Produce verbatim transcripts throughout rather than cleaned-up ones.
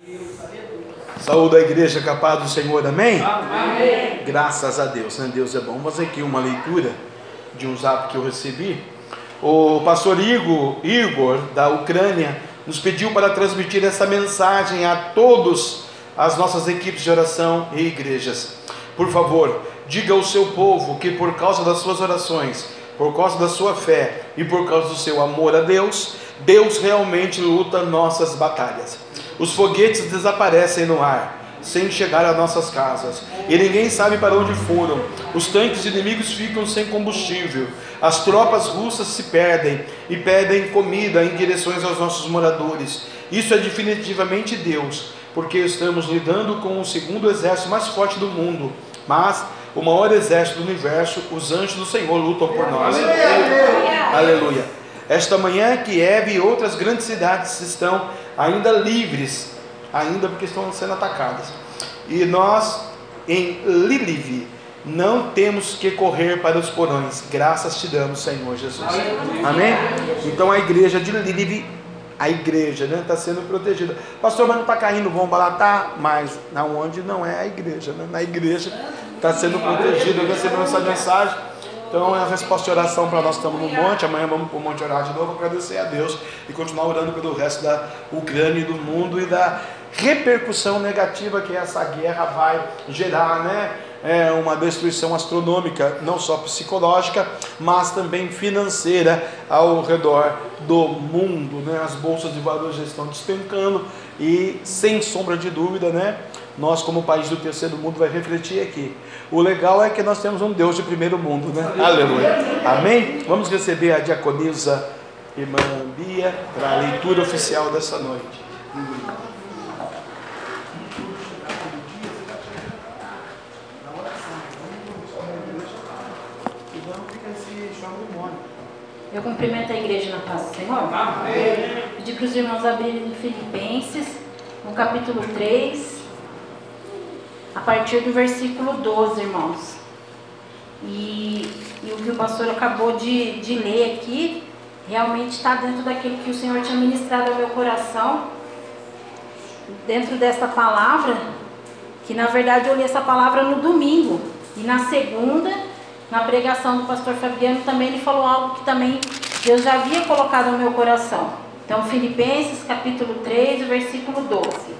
Saúde a igreja, capaz do Senhor, amém? Amém. Graças a Deus, né? Deus é bom. Vamos fazer aqui uma leitura de um zap que eu recebi. O pastor Igor, Igor da Ucrânia, nos pediu para transmitir essa mensagem a todas as nossas equipes de oração e igrejas. Por favor, diga ao seu povo que por causa das suas orações, por causa da sua fé e por causa do seu amor a Deus, Deus realmente luta nossas batalhas. Os foguetes desaparecem no ar, sem chegar às nossas casas, e ninguém sabe para onde foram. Os tanques inimigos ficam sem combustível. As tropas russas se perdem e pedem comida em direções aos nossos moradores. Isso é definitivamente Deus, porque estamos lidando com o segundo exército mais forte do mundo, mas o maior exército do universo, os anjos do Senhor lutam por nós. Aleluia. Aleluia. Esta manhã, Kiev e outras grandes cidades estão ainda livres, ainda porque estão sendo atacadas. E nós, em Lviv, não temos que correr para os porões. Graças te damos, Senhor Jesus. Amém? Então a igreja de Lviv, a igreja, né, está sendo protegida. Pastor, mas não está caindo bomba lá? Tá, mas na onde não é a igreja, né? Na igreja está sendo protegida. Eu recebi essa mensagem. Então é a resposta de oração para nós. Estamos no monte, amanhã vamos para o monte orar de novo, agradecer a Deus e continuar orando pelo resto da Ucrânia e do mundo e da repercussão negativa que essa guerra vai gerar, né? É uma destruição astronômica, não só psicológica, mas também financeira ao redor do mundo, né? As bolsas de valores já estão despencando e, sem sombra de dúvida, né, nós como país do terceiro mundo vai refletir aqui. O legal é que nós temos um Deus de primeiro mundo, né? Aleluia. Amém? Vamos receber a diaconisa irmã Bia para a leitura oficial dessa noite. Eu cumprimento a igreja na paz do Senhor. Amém. Pedi para os irmãos abrirem em Filipenses, no capítulo três, a partir do versículo doze, irmãos. E, e o que o pastor acabou de, de ler aqui, realmente está dentro daquilo que o Senhor tinha ministrado ao meu coração, dentro desta palavra, que na verdade eu li essa palavra no domingo, e na segunda, na pregação do pastor Fabiano, também ele falou algo que também Deus já havia colocado no meu coração. Então, Filipenses capítulo três, versículo doze.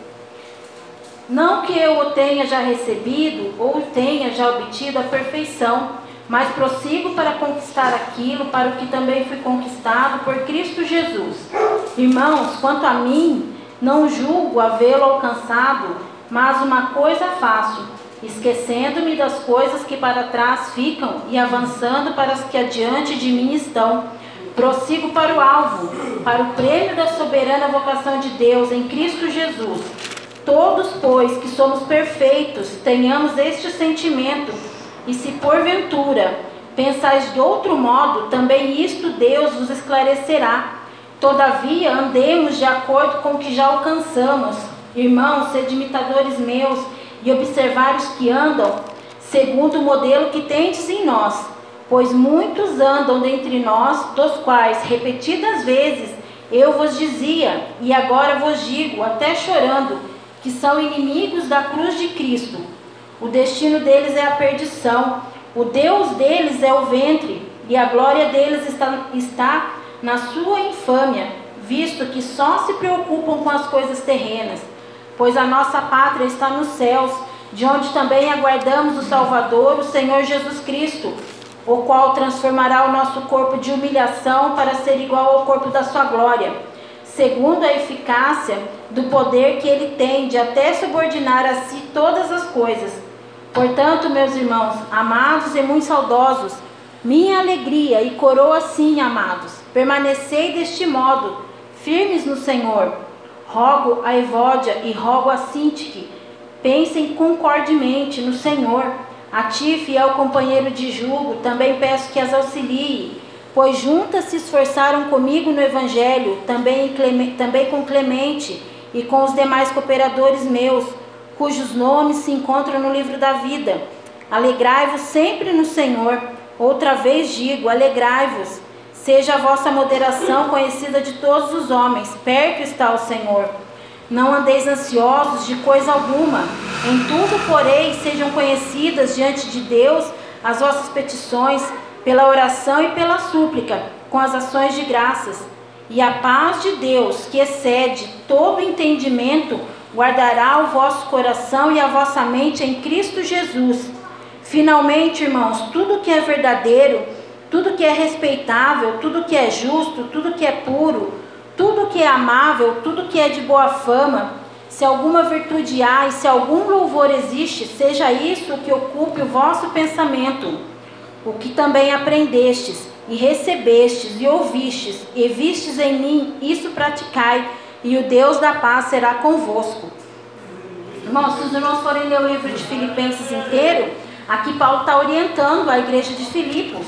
Não que eu o tenha já recebido ou tenha já obtido a perfeição, mas prossigo para conquistar aquilo para o que também fui conquistado por Cristo Jesus. Irmãos, quanto a mim, não julgo havê-lo alcançado, mas uma coisa faço, esquecendo-me das coisas que para trás ficam e avançando para as que adiante de mim estão, prossigo para o alvo, para o prêmio da soberana vocação de Deus em Cristo Jesus. Todos, pois, que somos perfeitos, tenhamos este sentimento, e se porventura pensais de outro modo, também isto Deus vos esclarecerá. Todavia, andemos de acordo com o que já alcançamos. Irmãos, sede imitadores meus, e observar os que andam segundo o modelo que tendes em nós, pois muitos andam dentre nós, dos quais repetidas vezes eu vos dizia, e agora vos digo, até chorando, que são inimigos da cruz de Cristo. O destino deles é a perdição, o Deus deles é o ventre, e a glória deles está, está na sua infâmia, visto que só se preocupam com as coisas terrenas. Pois a nossa pátria está nos céus, de onde também aguardamos o Salvador, o Senhor Jesus Cristo, o qual transformará o nosso corpo de humilhação para ser igual ao corpo da sua glória, segundo a eficácia do poder que ele tem de até subordinar a si todas as coisas. Portanto, meus irmãos, amados e muito saudosos, minha alegria e coroa sim, amados, permanecei deste modo, firmes no Senhor. Rogo a Evódia e rogo a Sintique, pensem concordemente no Senhor. A ti, fiel companheiro de jugo, também peço que as auxilie, pois juntas se esforçaram comigo no Evangelho, também, também com Clemente e com os demais cooperadores meus, cujos nomes se encontram no livro da vida. Alegrai-vos sempre no Senhor. Outra vez digo, alegrai-vos. Seja a vossa moderação conhecida de todos os homens, perto está o Senhor. Não andeis ansiosos de coisa alguma. Em tudo, porém, sejam conhecidas diante de Deus as vossas petições, pela oração e pela súplica, com as ações de graças. E a paz de Deus, que excede todo entendimento, guardará o vosso coração e a vossa mente em Cristo Jesus. Finalmente, irmãos, tudo que é verdadeiro, tudo que é respeitável, tudo que é justo, tudo que é puro, tudo que é amável, tudo que é de boa fama, se alguma virtude há e se algum louvor existe, seja isso o que ocupe o vosso pensamento. O que também aprendestes, e recebestes, e ouvistes, e vistes em mim, isso praticai, e o Deus da paz será convosco. Irmãos, se os irmãos forem ler o livro de Filipenses inteiro, aqui Paulo está orientando a igreja de Filipos,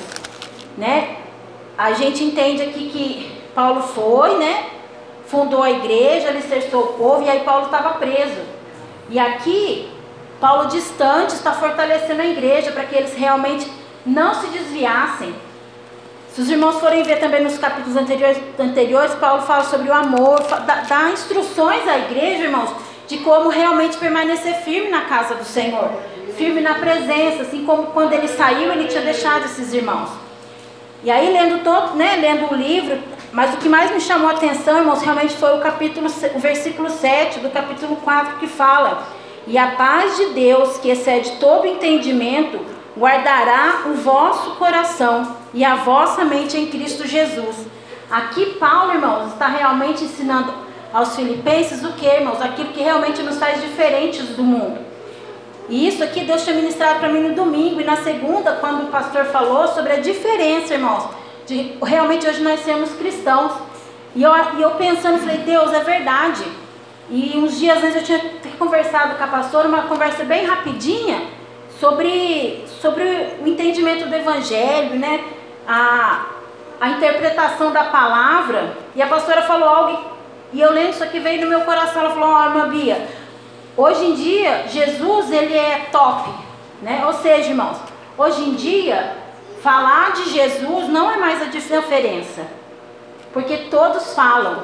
né? A gente entende aqui que Paulo foi, né? Fundou a igreja, alicerçou o povo, e aí Paulo estava preso. E aqui, Paulo distante está fortalecendo a igreja para que eles realmente não se desviassem. Se os irmãos forem ver também nos capítulos anteriores, anteriores Paulo fala sobre o amor, dá, dá instruções à igreja, irmãos, de como realmente permanecer firme na casa do Senhor, firme na presença, assim como quando ele saiu, ele tinha deixado esses irmãos. E aí, lendo todo, né, lendo o livro, mas o que mais me chamou a atenção, irmãos, realmente foi o capítulo, o versículo sete do capítulo quatro, que fala: e a paz de Deus, que excede todo entendimento, guardará o vosso coração e a vossa mente em Cristo Jesus. Aqui Paulo, irmãos, está realmente ensinando aos filipenses o que, irmãos? Aquilo que realmente nos faz diferentes do mundo. E isso aqui Deus tinha ministrado para mim no domingo, e na segunda, quando o pastor falou sobre a diferença, irmãos, de realmente hoje nós sermos cristãos. E eu, e eu pensando, falei, Deus, é verdade. E uns dias antes eu tinha conversado com a pastora, uma conversa bem rapidinha, sobre, sobre o entendimento do evangelho, né? A, a interpretação da palavra. E a pastora falou algo, e eu lembro, isso aqui veio no meu coração. Ela falou: ó, oh, irmã Bia, hoje em dia Jesus, ele é top, né? Ou seja, irmãos, hoje em dia falar de Jesus não é mais a diferença, porque todos falam.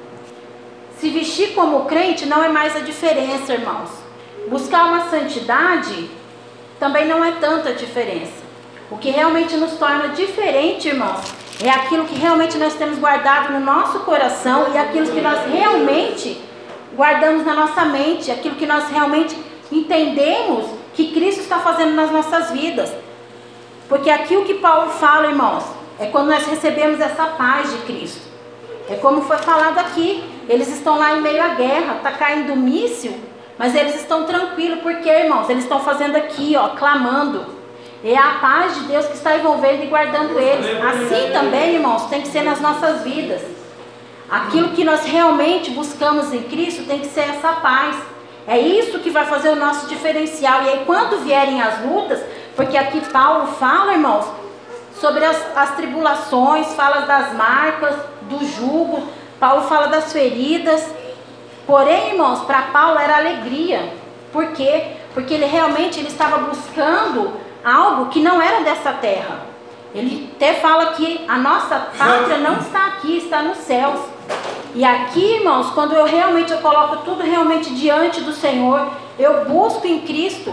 Se vestir como crente não é mais a diferença, irmãos. Buscar uma santidade também não é tanta diferença. O que realmente nos torna diferente, irmãos, é aquilo que realmente nós temos guardado no nosso coração e aquilo que nós realmente guardamos na nossa mente, aquilo que nós realmente entendemos que Cristo está fazendo nas nossas vidas. Porque aqui o que Paulo fala, irmãos, é quando nós recebemos essa paz de Cristo. É como foi falado aqui, eles estão lá em meio à guerra, está caindo míssil, mas eles estão tranquilos, porque, irmãos, eles estão fazendo aqui, ó, clamando. É a paz de Deus que está envolvendo e guardando eles. Assim também, irmãos, tem que ser nas nossas vidas. Aquilo que nós realmente buscamos em Cristo tem que ser essa paz. É isso que vai fazer o nosso diferencial. E aí, quando vierem as lutas, porque aqui Paulo fala, irmãos, sobre as, as tribulações, fala das marcas, do jugo, Paulo fala das feridas. Porém, irmãos, para Paulo era alegria. Por quê? Porque ele realmente ele estava buscando algo que não era dessa terra. Ele até fala que a nossa pátria não está aqui, está nos céus. E aqui, irmãos, quando eu realmente eu coloco tudo realmente diante do Senhor, eu busco em Cristo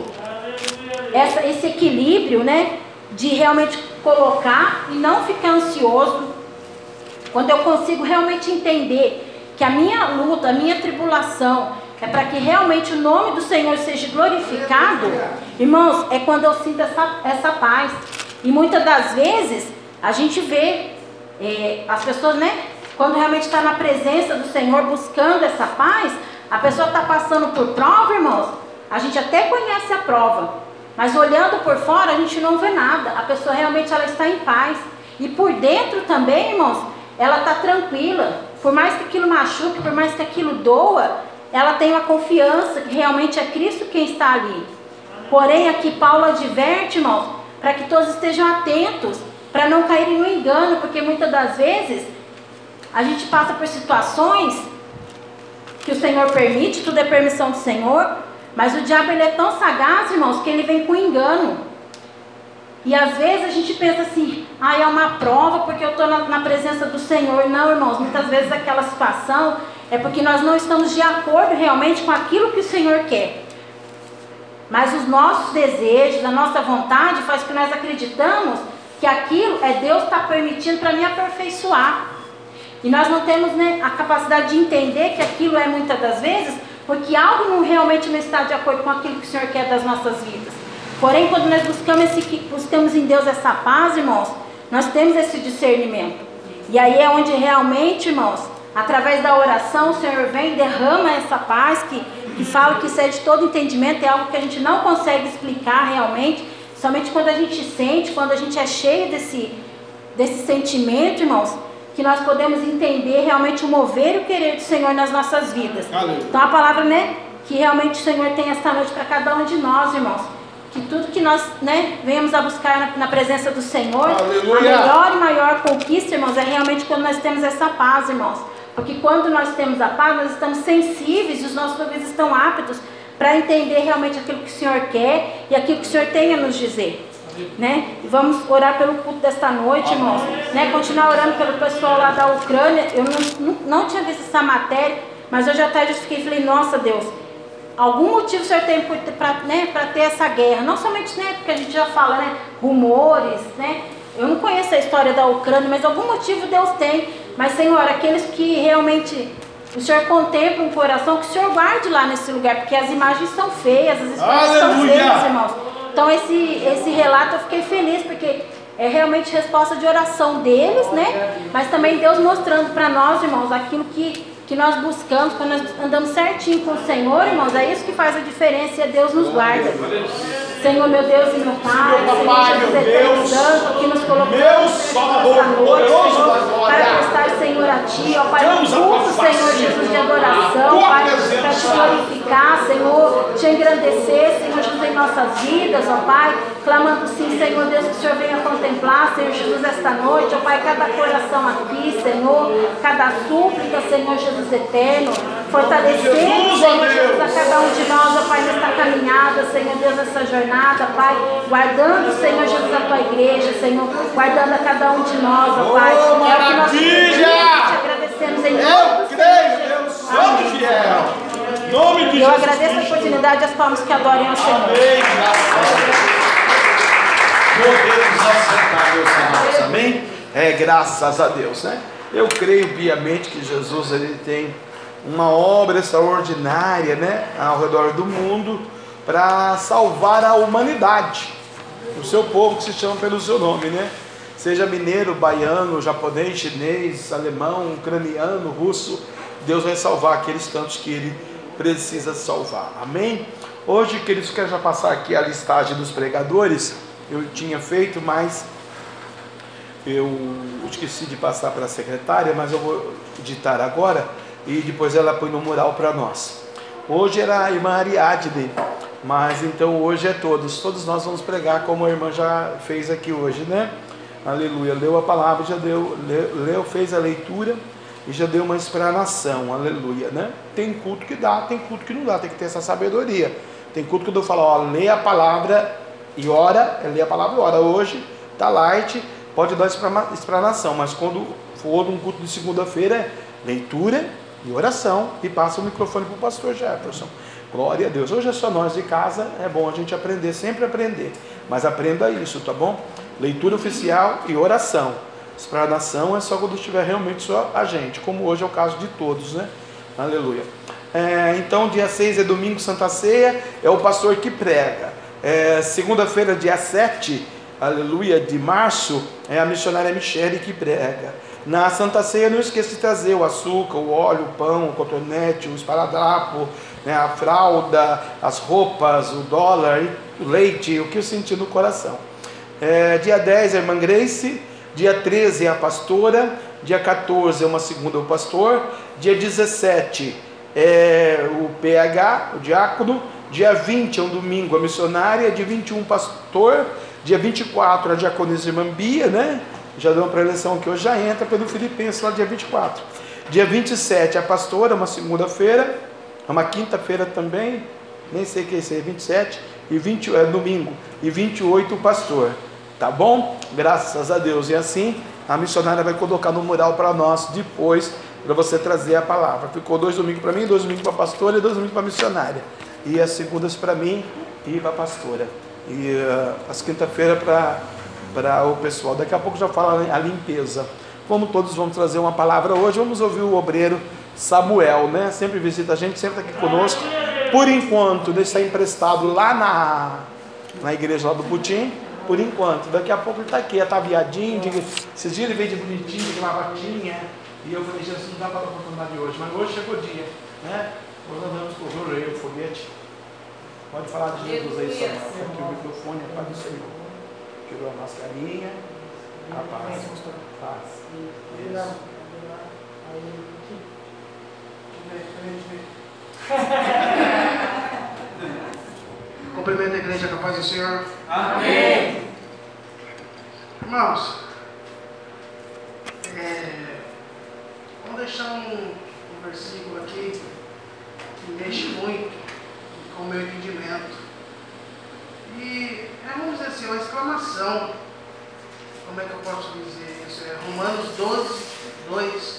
essa, esse equilíbrio, né, de realmente colocar e não ficar ansioso. Quando eu consigo realmente entender que a minha luta, a minha tribulação é para que realmente o nome do Senhor seja glorificado, irmãos, é quando eu sinto essa, essa paz. E muitas das vezes a gente vê é, as pessoas, né, quando realmente está na presença do Senhor buscando essa paz, a pessoa está passando por prova, irmãos, a gente até conhece a prova, mas olhando por fora a gente não vê nada. A pessoa realmente ela está em paz, e por dentro também, irmãos, ela está tranquila. Por mais que aquilo machuque, por mais que aquilo doa, ela tem uma confiança que realmente é Cristo quem está ali. Porém, aqui Paulo adverte, irmãos, para que todos estejam atentos, para não caírem no engano, porque muitas das vezes a gente passa por situações que o Senhor permite, tudo é permissão do Senhor, mas o diabo ele é tão sagaz, irmãos, que ele vem com engano. E às vezes a gente pensa assim, ah, é uma prova porque eu estou na, na presença do Senhor. Não, irmãos, muitas vezes aquela situação é porque nós não estamos de acordo realmente com aquilo que o Senhor quer. Mas os nossos desejos, a nossa vontade faz com que nós acreditamos que aquilo é Deus está permitindo para me aperfeiçoar. E nós não temos, né, a capacidade de entender que aquilo é muitas das vezes porque algo não, realmente não está de acordo com aquilo que o Senhor quer das nossas vidas. Porém, quando nós buscamos, esse, buscamos em Deus essa paz, irmãos, nós temos esse discernimento. E aí é onde realmente, irmãos, através da oração, o Senhor vem e derrama essa paz que, que fala que excede todo entendimento, é algo que a gente não consegue explicar realmente, somente quando a gente sente, quando a gente é cheio desse, desse sentimento, irmãos, que nós podemos entender realmente o mover e o querer do Senhor nas nossas vidas. Aleluia. Então a palavra, né, que realmente o Senhor tem esta noite para cada um de nós, irmãos, que tudo que nós, né, venhamos a buscar na, na presença do Senhor, aleluia, a melhor e maior conquista, irmãos, é realmente quando nós temos essa paz, irmãos. Porque quando nós temos a paz, nós estamos sensíveis e os nossos ouvidos estão aptos para entender realmente aquilo que o Senhor quer e aquilo que o Senhor tem a nos dizer. Né? E vamos orar pelo culto desta noite, irmãos, né? Continuar orando pelo pessoal lá da Ucrânia. Eu não, não, não tinha visto essa matéria, mas hoje à tarde eu fiquei e falei, nossa Deus, algum motivo o Senhor tem para, né, para ter essa guerra, não somente, né, porque a gente já fala, né, rumores, né? Eu não conheço a história da Ucrânia, mas algum motivo Deus tem. Mas Senhor, aqueles que realmente o Senhor contempla um coração, que o Senhor guarde lá nesse lugar, porque as imagens são feias, as expressões são feias, irmãos. Então esse, esse relato eu fiquei feliz, porque é realmente resposta de oração deles, né? Mas também Deus mostrando para nós, irmãos, aquilo que, que nós buscamos, quando nós andamos certinho com o Senhor, irmãos, é isso que faz a diferença e é Deus nos guarda. Senhor, meu Deus e meu Pai, Senhor Jesus eterno santo, que nos colocou nesta noite, Senhor, para prestar, Senhor, a Ti, ó Pai, um culto, Senhor Jesus, de adoração, Pai, para Te glorificar, Senhor, Te engrandecer, Senhor Jesus, em nossas vidas, ó Pai, clamando sim, Senhor Deus, que o Senhor venha contemplar, Senhor Jesus, esta noite, ó Pai, cada coração aqui, Senhor, cada súplica, Senhor Jesus eterno, fortalecendo, Senhor Jesus, a cada um de nós, ó Pai, nesta caminhada, Senhor Deus, nessa jornada, Pai, guardando, Senhor Jesus, a Tua igreja, Senhor, guardando a cada um de nós, ó Pai, é o que nós pedimos, te agradecemos em nome do Senhor Jesus. Santo e fiel. Nome de Eu Jesus agradeço Cristo. a oportunidade e as palmas que adorem ao Senhor. Amém, graças a Deus. Podemos assentar, meus amados, amém? É, graças a Deus, né? Eu creio piamente que Jesus, ele tem uma obra extraordinária, né, ao redor do mundo, para salvar a humanidade, o seu povo que se chama pelo seu nome, né? Seja mineiro, baiano, japonês, chinês, alemão, ucraniano, russo, Deus vai salvar aqueles tantos que Ele precisa salvar, amém? Hoje, queridos, quero já passar aqui a listagem dos pregadores. Eu tinha feito, mas eu esqueci de passar para a secretária, mas eu vou ditar agora e depois ela põe no mural para nós. Hoje era a irmã Ariadne, mas então hoje é todos, todos nós vamos pregar como a irmã já fez aqui hoje, né? Aleluia, leu a palavra, já deu, leu, leu fez a leitura e já deu uma explanação, aleluia, né? Tem culto que dá, tem culto que não dá, tem que ter essa sabedoria. Tem culto que eu falo, ó, lê a palavra e ora, lê a palavra e ora. Hoje tá light, pode dar explanação, mas quando for um culto de segunda-feira, leitura e oração, e passa o microfone para o pastor Jefferson. Glória a Deus. Hoje é só nós de casa, é bom a gente aprender, sempre aprender, mas aprenda isso, tá bom? Leitura oficial e oração. Explanação é só quando estiver realmente só a gente, como hoje é o caso de todos, né? Aleluia. É, então, dia seis é domingo, Santa Ceia, é o pastor que prega. É, segunda-feira, dia sete, aleluia, de março, é a missionária Michele que prega. Na Santa Ceia, não esqueça de trazer o açúcar, o óleo, o pão, o cotonete, o esparadrapo, né, a fralda, as roupas, o dólar, o leite, o que eu senti no coração. É, dia dez é a irmã Grace, dia treze é a pastora, dia quatorze é uma segunda o pastor, dia dezessete é o P H, o diácono, dia vinte é um domingo a missionária, dia vinte e um pastor, dia vinte e quatro a diaconisa irmã Bia, né? Já deu uma preleção que hoje já entra pelo Filipenses lá dia vinte e quatro. Dia vinte e sete a pastora, uma segunda-feira, uma quinta-feira também, nem sei o que é isso aí, vinte e sete, e vinte, é domingo, e vinte e oito o pastor, tá bom? Graças a Deus. E assim a missionária vai colocar no mural para nós depois para você trazer a palavra. Ficou dois domingos para mim, dois domingos para a pastora e dois domingos para a missionária. E as segundas para mim e para a pastora. E uh, as quinta-feiras para o pessoal. Daqui a pouco já fala a limpeza. Como todos vamos trazer uma palavra hoje, vamos ouvir o obreiro Samuel, né? Sempre visita a gente, sempre está aqui conosco. Por enquanto, ele está emprestado lá na, na igreja lá do Putim. Por enquanto, daqui a pouco ele está aqui, ataviadinho. De, esses dias ele veio de bonitinho, de gravatinha. E eu falei, Jesus, não dá para dar oportunidade hoje. Mas hoje chegou o dia, né? Hoje nós vamos correr o foguete. Pode falar de Jesus aí, Samuel. Está aqui o microfone, é para o Senhor. Tirou a mascarinha. A paz. Paz. Isso. Cumprimento a igreja com a paz do Senhor. Amém. Irmãos, é, vamos deixar um, um versículo aqui que mexe muito com o meu entendimento. E é, vamos dizer assim, uma exclamação. Como é que eu posso dizer isso? É Romanos doze, dois.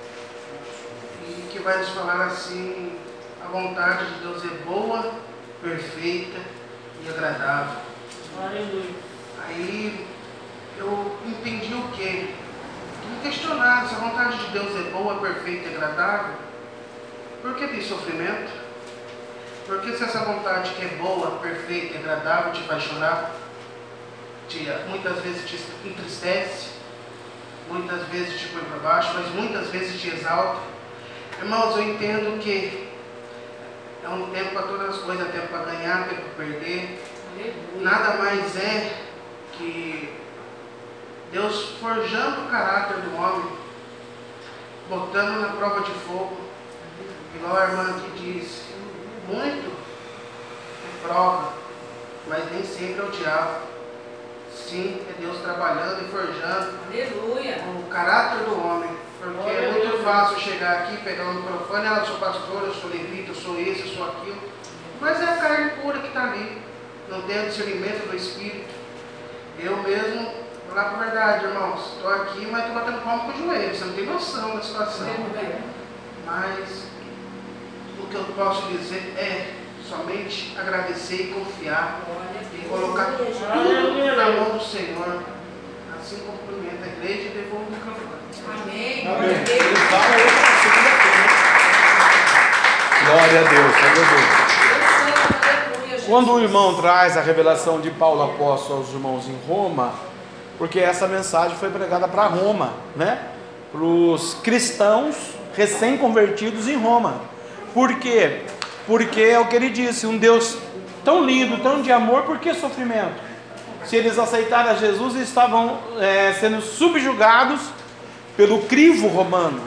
E que vai nos falar assim: a vontade de Deus é boa, perfeita e agradável. Aleluia. Aí eu entendi o quê? Me questionar se a vontade de Deus é boa, perfeita e agradável. Por que tem sofrimento? Porque se essa vontade que é boa, perfeita e agradável te faz chorar, te, muitas vezes te entristece, muitas vezes te põe para baixo, mas muitas vezes te exalta. Irmãos, eu entendo que é um tempo para todas as coisas, é tempo para ganhar, tempo para perder. Nada mais é que Deus forjando o caráter do homem, botando na prova de fogo, igual a irmã aqui diz, muito é prova, mas nem sempre é o diabo. Sim, é Deus trabalhando e forjando Aleluia. o caráter do homem. Porque é muito fácil chegar aqui, pegar o microfone, ah, eu sou pastor, eu sou levita, eu sou esse, eu sou aquilo. Mas é a carne pura que está ali. Não tem o discernimento do Espírito. Eu mesmo, vou falar para a verdade, irmãos, estou aqui, mas estou batendo palma com o joelho. Você não tem noção da situação. Mas o que eu posso dizer é somente agradecer e confiar. E colocar tudo na mão do Senhor. Assim cumprimenta a igreja e devolve o microfone. Amém. Amém. Ele fala aí na segunda-feira. Glória a Deus, glória a Deus. Quando o irmão traz a revelação de Paulo apóstolo aos irmãos em Roma, porque essa mensagem foi pregada para Roma, né? Para os cristãos recém-convertidos em Roma. Por quê? Porque é o que ele disse, um Deus tão lindo, tão de amor, por que sofrimento? Se eles aceitaram a Jesus, eles estavam é, sendo subjugados pelo crivo romano,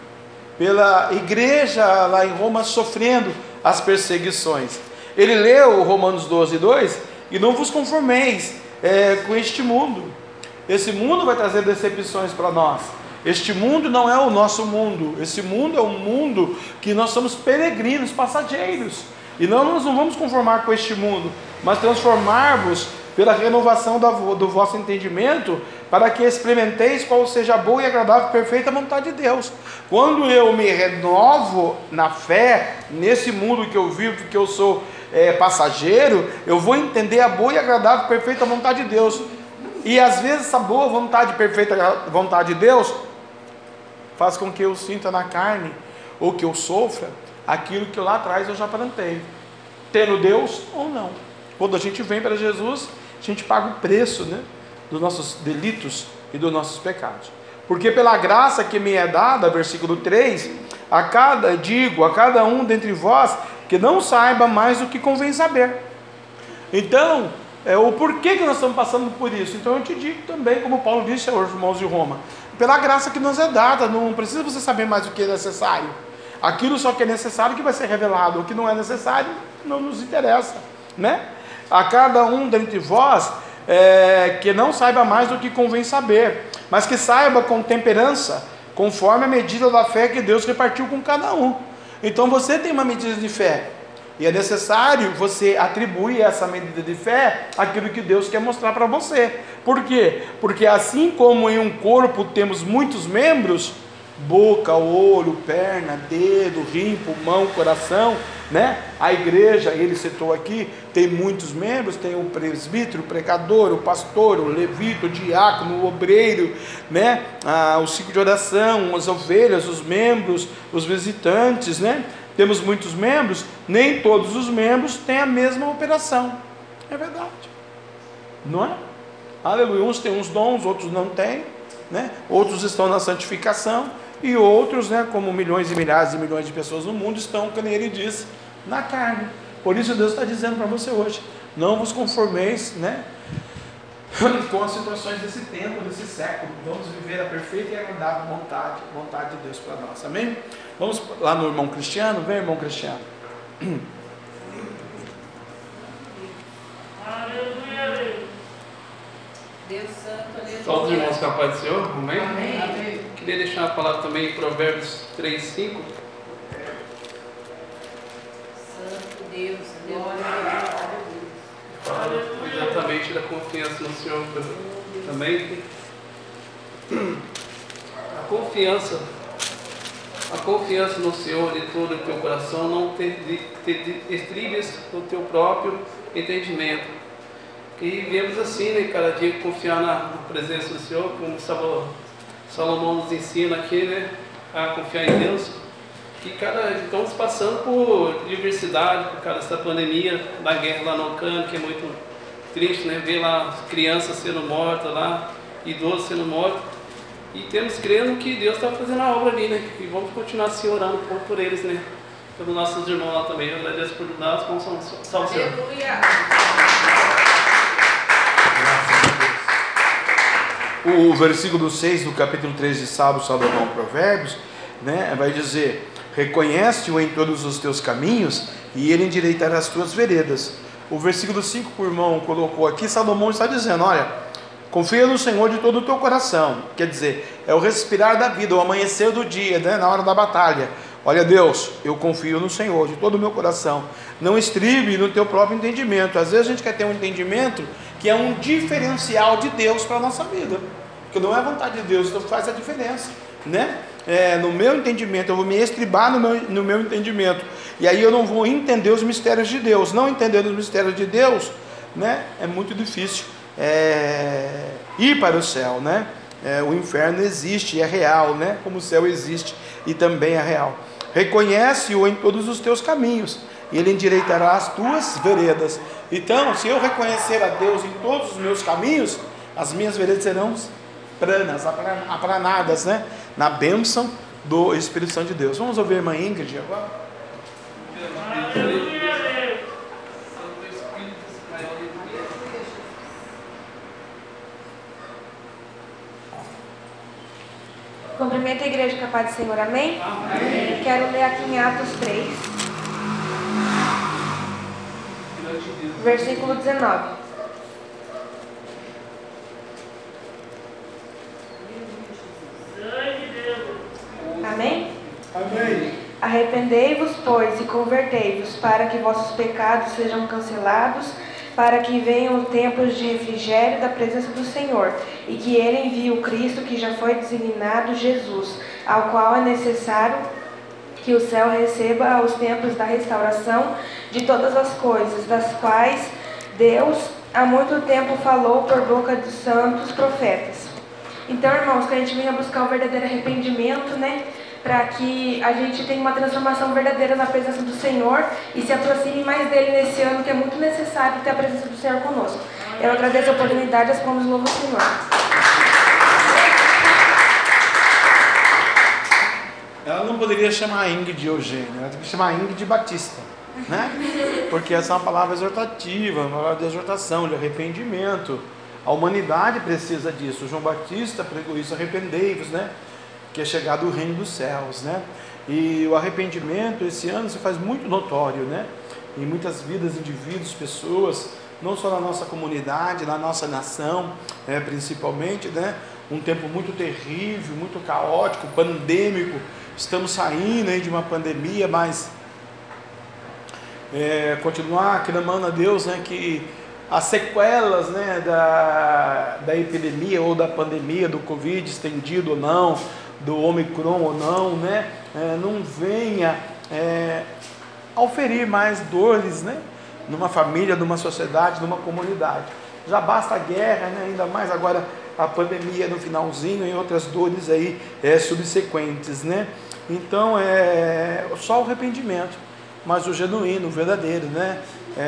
pela igreja lá em Roma sofrendo as perseguições. Ele leu Romanos doze, dois, e não vos conformeis é, com este mundo. Esse mundo vai trazer decepções para nós. Este mundo não é o nosso mundo. Esse mundo é um mundo que nós somos peregrinos, passageiros. E não nós não vamos conformar com este mundo, mas transformar-vos pela renovação do vosso entendimento, para que experimenteis qual seja a boa e agradável e perfeita vontade de Deus. Quando eu me renovo na fé, nesse mundo que eu vivo, que eu sou é, passageiro, eu vou entender a boa e agradável e perfeita vontade de Deus. E às vezes essa boa vontade e perfeita vontade de Deus faz com que eu sinta na carne, ou que eu sofra, aquilo que lá atrás eu já plantei, tendo Deus ou não. Quando a gente vem para Jesus, a gente paga o preço, né, dos nossos delitos e dos nossos pecados. Porque pela graça que me é dada, versículo três, a cada, digo, a cada um dentre vós, que não saiba mais do que convém saber. Então, é, o porquê que nós estamos passando por isso? Então eu te digo também, como Paulo disse aos irmãos de Roma, pela graça que nos é dada, não precisa você saber mais do que é necessário. Aquilo só que é necessário que vai ser revelado, o que não é necessário não nos interessa, né? A cada um dentre vós é, que não saiba mais do que convém saber, mas que saiba com temperança, conforme a medida da fé que Deus repartiu com cada um. Então você tem uma medida de fé, e é necessário você atribuir essa medida de fé àquilo que Deus quer mostrar para você. Por quê? Porque assim como em um corpo temos muitos membros, boca, olho, perna, dedo, rim, pulmão, coração, né? A igreja, ele citou aqui, tem muitos membros, tem o presbítero, o pregador, o pastor, o levita, o diácono, o obreiro, né? Ah, o ciclo de oração, as ovelhas, os membros, os visitantes, né? Temos muitos membros, nem todos os membros têm a mesma operação, é verdade, não é? Aleluia, uns têm uns dons, outros não têm, né? Outros estão na santificação, e outros, né, como milhões e milhares e milhões de pessoas no mundo, estão, como ele diz, na carne. Por isso Deus está dizendo para você hoje, não vos conformeis, né, com as situações desse tempo, desse século. Vamos viver a perfeita e agradável vontade, vontade de Deus para nós, amém? Vamos lá no irmão Cristiano, vem irmão Cristiano. Deus santo, aleluia. Só os irmãos com a paz do Senhor, amém? Amém. Amém. Queria deixar a palavra também em Provérbios três, cinco. Santo Deus, aleluia. Fala exatamente da confiança no Senhor também. A confiança, a confiança no Senhor de todo o teu coração, não te, te, te estribes no teu próprio entendimento. E vemos assim, né, cada dia confiar na, na presença do Senhor, como Salomão nos ensina aqui, né, a confiar em Deus. E cara, estamos passando por diversidade, por causa dessa pandemia, da guerra lá na Ucrânia, que é muito triste, né, ver lá crianças sendo mortas lá, idosos sendo mortos. E temos crendo que Deus está fazendo a obra ali, né, e vamos continuar assim orando por, por eles, né, pelos nossos irmãos lá também. Eu agradeço por nós, como salve o Senhor. Aleluia. O versículo seis do capítulo três de Sábado, Salomão, Provérbios, né, vai dizer: reconhece-o em todos os teus caminhos e ele endireitará as tuas veredas. O versículo cinco que o irmão colocou aqui, Salomão está dizendo: olha, confia no Senhor de todo o teu coração. Quer dizer, é o respirar da vida, o amanhecer do dia, né, na hora da batalha. Olha, Deus, eu confio no Senhor de todo o meu coração. Não estribe no teu próprio entendimento. Às vezes a gente quer ter um entendimento que é um diferencial de Deus para a nossa vida, porque não é a vontade de Deus, então faz a diferença, né? É, no meu entendimento, eu vou me estribar no meu, no meu entendimento, e aí eu não vou entender os mistérios de Deus. Não entendendo os mistérios de Deus, né, é muito difícil é, ir para o céu, né? É, o inferno existe, é real, né? Como o céu existe e também é real. Reconhece-o em todos os teus caminhos e ele endireitará as tuas veredas. Então, se eu reconhecer a Deus em todos os meus caminhos, as minhas veredas serão planas, aplanadas, né? Na bênção do Espírito Santo de Deus. Vamos ouvir a irmã Ingrid agora? Cumprimento a igreja com a paz do Senhor, amém? Amém. Quero ler aqui em Atos três, versículo dezenove. Amém? Amém. Arrependei-vos, pois, e convertei-vos, para que vossos pecados sejam cancelados, para que venham tempos de refrigério da presença do Senhor, e que Ele envie o Cristo que já foi designado, Jesus, ao qual é necessário que o céu receba os tempos da restauração de todas as coisas, das quais Deus há muito tempo falou por boca dos santos profetas. Então, irmãos, que a gente venha buscar o verdadeiro arrependimento, né? Para que a gente tenha uma transformação verdadeira na presença do Senhor e se aproxime mais dele nesse ano, que é muito necessário ter a presença do Senhor conosco. Eu agradeço a oportunidade e as palmas louvo o Senhor. Ela não poderia chamar Ingrid Eugênio, ela tem que chamar Ingrid Batista, né? Porque essa é uma palavra exortativa, uma palavra de exortação, de arrependimento. A humanidade precisa disso. O João Batista pregou isso: arrependei-vos, né? Que é chegado o reino dos céus, né? E o arrependimento esse ano se faz muito notório, né? Em muitas vidas, indivíduos, pessoas, não só na nossa comunidade, na nossa nação, né, principalmente, né? Um tempo muito terrível, muito caótico, pandêmico. Estamos saindo aí de uma pandemia, mas é, continuar clamando a Deus, né, que as sequelas, né, da, da epidemia ou da pandemia, do Covid, estendido ou não, do Omicron ou não, né? É, não venha é, oferir mais dores, né? Numa família, numa sociedade, numa comunidade. Já basta a guerra, né? Ainda mais agora a pandemia no finalzinho e outras dores aí é, subsequentes, né? Então é só o arrependimento, mas o genuíno, o verdadeiro, né?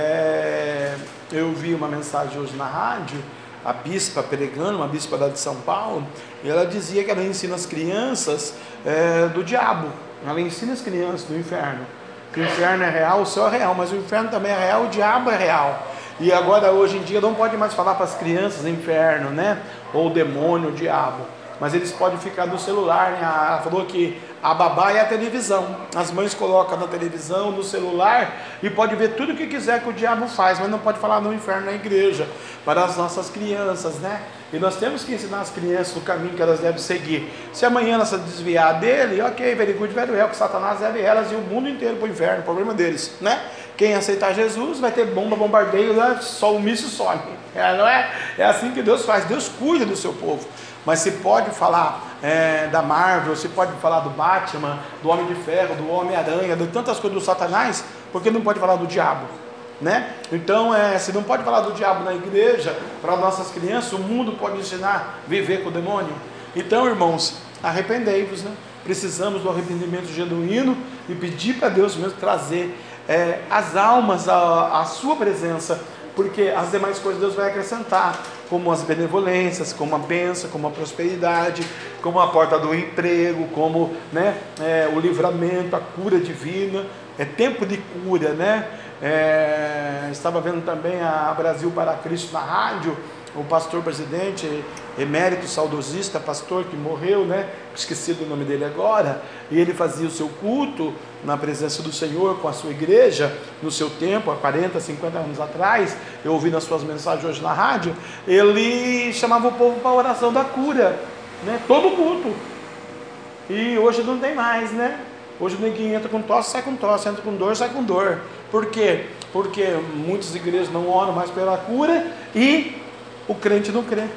É, eu vi uma mensagem hoje na rádio, a bispa pregando, uma bispa lá de São Paulo, e ela dizia que ela ensina as crianças é, do diabo, ela ensina as crianças do inferno, que o inferno é real, o céu é real, mas o inferno também é real, o diabo é real. E agora, hoje em dia, não pode mais falar para as crianças inferno, né? Ou demônio, o diabo. Mas eles podem ficar no celular, né? Ela falou que a babá é a televisão. As mães colocam na televisão, no celular, e pode ver tudo o que quiser que o diabo faz, mas não pode falar no inferno na igreja, para as nossas crianças, né? E nós temos que ensinar as crianças o caminho que elas devem seguir. Se amanhã elas se desviar dele, ok, very good, very well, que Satanás leve elas e o mundo inteiro para o inferno, problema deles, né? Quem aceitar Jesus vai ter bomba, bombardeio, né? Só o míssil some. É, não é? É assim que Deus faz. Deus cuida do seu povo. Mas se pode falar é, da Marvel, se pode falar do Batman, do Homem de Ferro, do Homem-Aranha, de tantas coisas do Satanás, porque não pode falar do diabo, né? Então, é, se não pode falar do diabo na igreja, para nossas crianças, o mundo pode ensinar a viver com o demônio. Então, irmãos, arrependei-vos, né? Precisamos do arrependimento genuíno e pedir para Deus mesmo trazer É, as almas à, à sua presença, porque as demais coisas Deus vai acrescentar, como as benevolências, como a bênção, como a prosperidade, como a porta do emprego, como né, é, o livramento, a cura divina. É tempo de cura, né? É, estava vendo também a Brasil para Cristo na rádio, o pastor presidente, emérito, saudosista, pastor que morreu, né? Esqueci do nome dele agora, e ele fazia o seu culto na presença do Senhor com a sua igreja, no seu tempo, há quarenta, cinquenta anos atrás, eu ouvi nas suas mensagens hoje na rádio, ele chamava o povo para a oração da cura, né? Todo culto, e hoje não tem mais, né? Hoje ninguém entra com tosse, sai com tosse, entra com dor, sai com dor. Por quê? Porque muitas igrejas não oram mais pela cura e o crente não crê,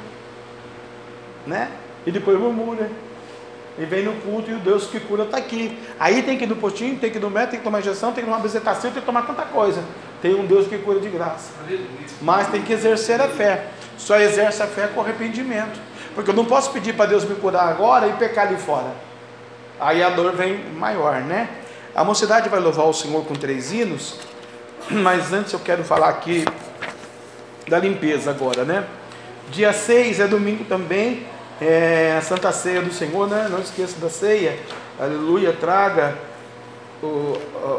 né? E depois murmura, e vem no culto e o Deus que cura está aqui. Aí tem que ir no postinho, tem que ir no médico, tem que tomar injeção, tem que tomar visitação, tem que tomar tanta coisa. Tem um Deus que cura de graça, mas tem que exercer a fé. Só exerce a fé com arrependimento, porque eu não posso pedir para Deus me curar agora e pecar ali fora, aí a dor vem maior, né? A mocidade vai louvar o Senhor com três hinos, mas antes eu quero falar aqui da limpeza agora, né? Dia seis é domingo também, é a Santa Ceia do Senhor, né? Não esqueça da ceia, aleluia, traga o, o,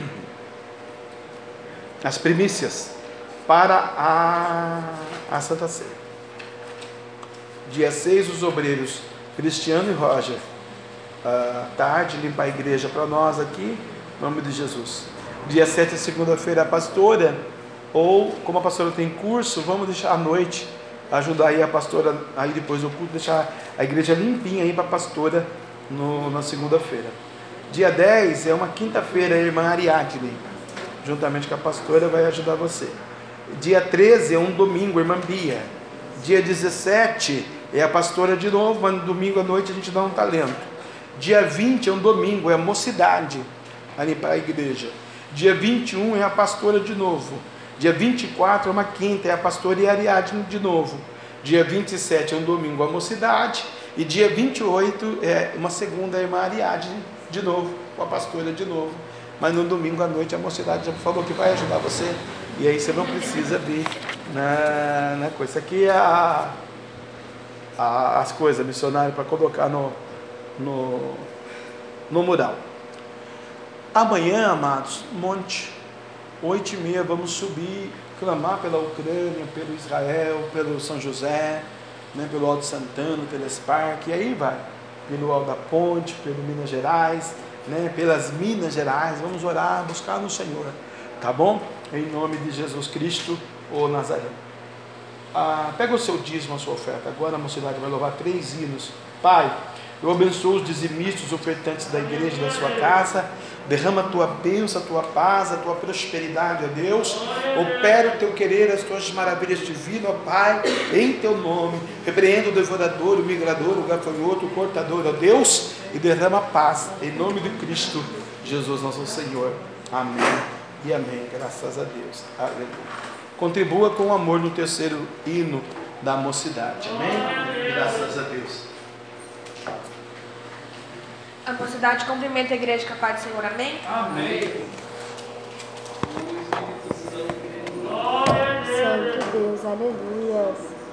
as primícias para a, a Santa Ceia. Dia seis, os obreiros Cristiano e Roger, à tarde, limpar a igreja para nós aqui, em nome de Jesus. Dia sete, segunda-feira, a pastora, ou como a pastora tem curso, vamos deixar à noite, ajudar aí a pastora, aí depois do culto, deixar a igreja limpinha aí para a pastora no, na segunda-feira. Dia dez é uma quinta-feira, a irmã Ariadne, juntamente com a pastora, vai ajudar você. Dia treze é um domingo, a irmã Bia. Dia dezessete é a pastora de novo, mas no domingo à noite a gente dá um talento. Dia vinte é um domingo, é a mocidade, ali para a igreja. Dia vinte e um é a pastora de novo. Dia vinte e quatro é uma quinta, é a pastora e Ariadne de novo. Dia vinte e sete é um domingo, a mocidade. E dia vinte e oito é uma segunda, a irmã Ariadne de novo, com a pastora de novo. Mas no domingo à noite a mocidade já falou que vai ajudar você. E aí você não precisa vir na, na coisa. Isso aqui é a, a, as coisas missionárias para colocar no, no, no mural. Amanhã, amados, monte, oito e meia, vamos subir, clamar pela Ucrânia, pelo Israel, pelo São José, né, pelo Alto Santana, pelo Spark, e aí vai, pelo Alto da Ponte, pelo Minas Gerais, né, pelas Minas Gerais, vamos orar, buscar no Senhor, tá bom? Em nome de Jesus Cristo, o Nazaré. Ah, pega o seu dízimo, a sua oferta, agora a mocidade vai louvar três hinos. Pai, eu abençoo os dizimistas, os ofertantes da igreja, da sua casa, Derrama a tua bênção, a tua paz, a tua prosperidade, ó Deus. Opera o teu querer, as tuas maravilhas divinas, ó Pai, em teu nome. Repreenda o devorador, o migrador, o gafanhoto, o cortador, ó Deus, e derrama paz, em nome de Cristo Jesus, nosso Senhor. Amém e amém. Graças a Deus. Aleluia. Contribua com amor no terceiro hino da mocidade. Amém? Graças a Deus. A mocidade cumprimenta a igreja com a paz do Senhor. Amém? Amém. Santo Deus, aleluia.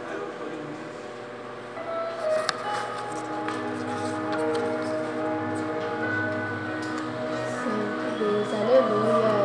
Santo Deus, aleluia.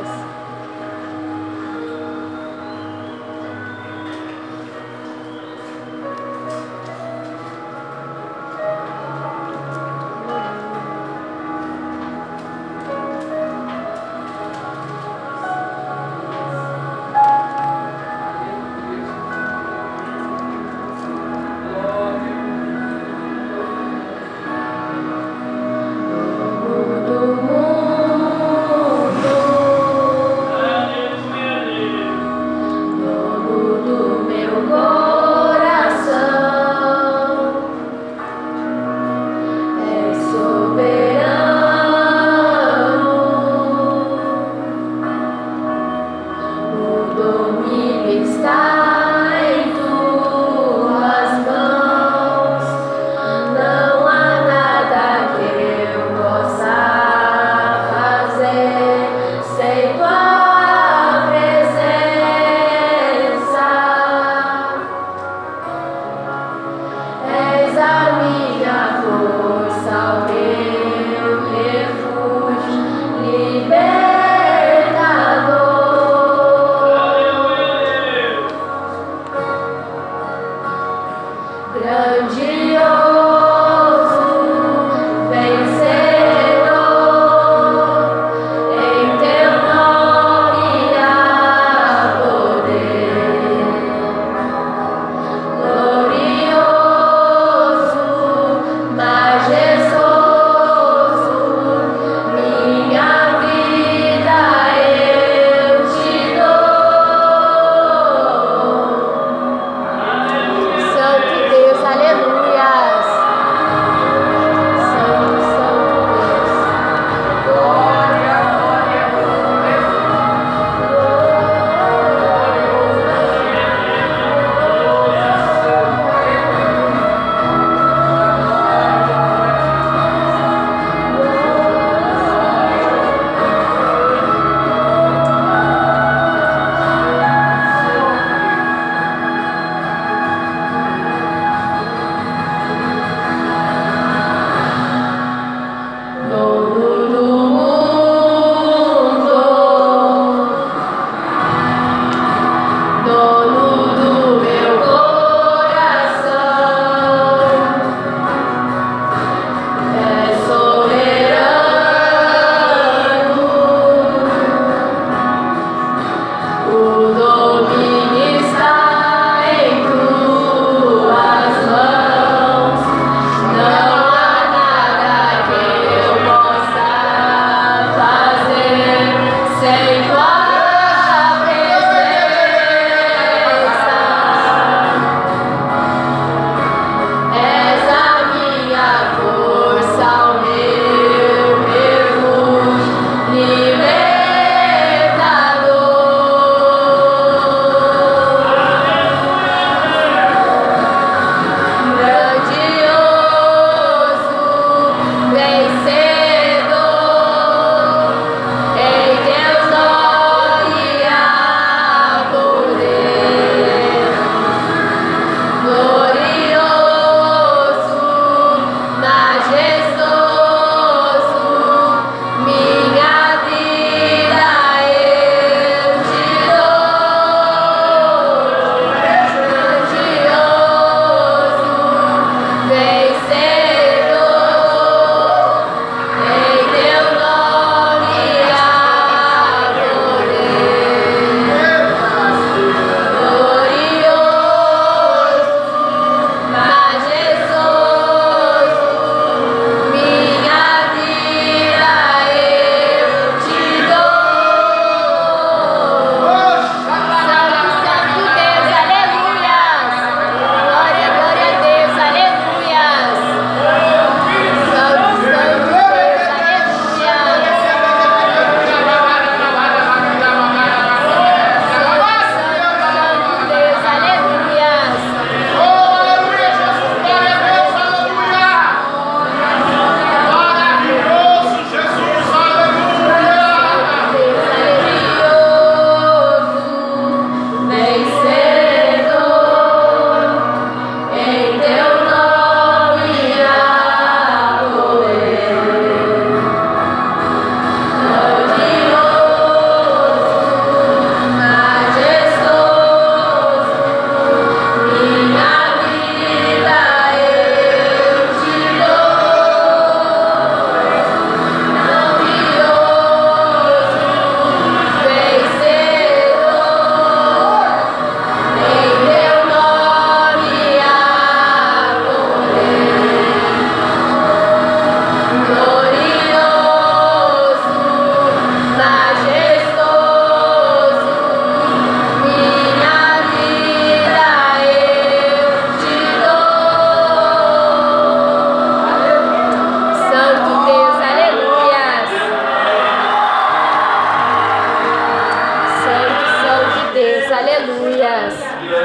aleluias.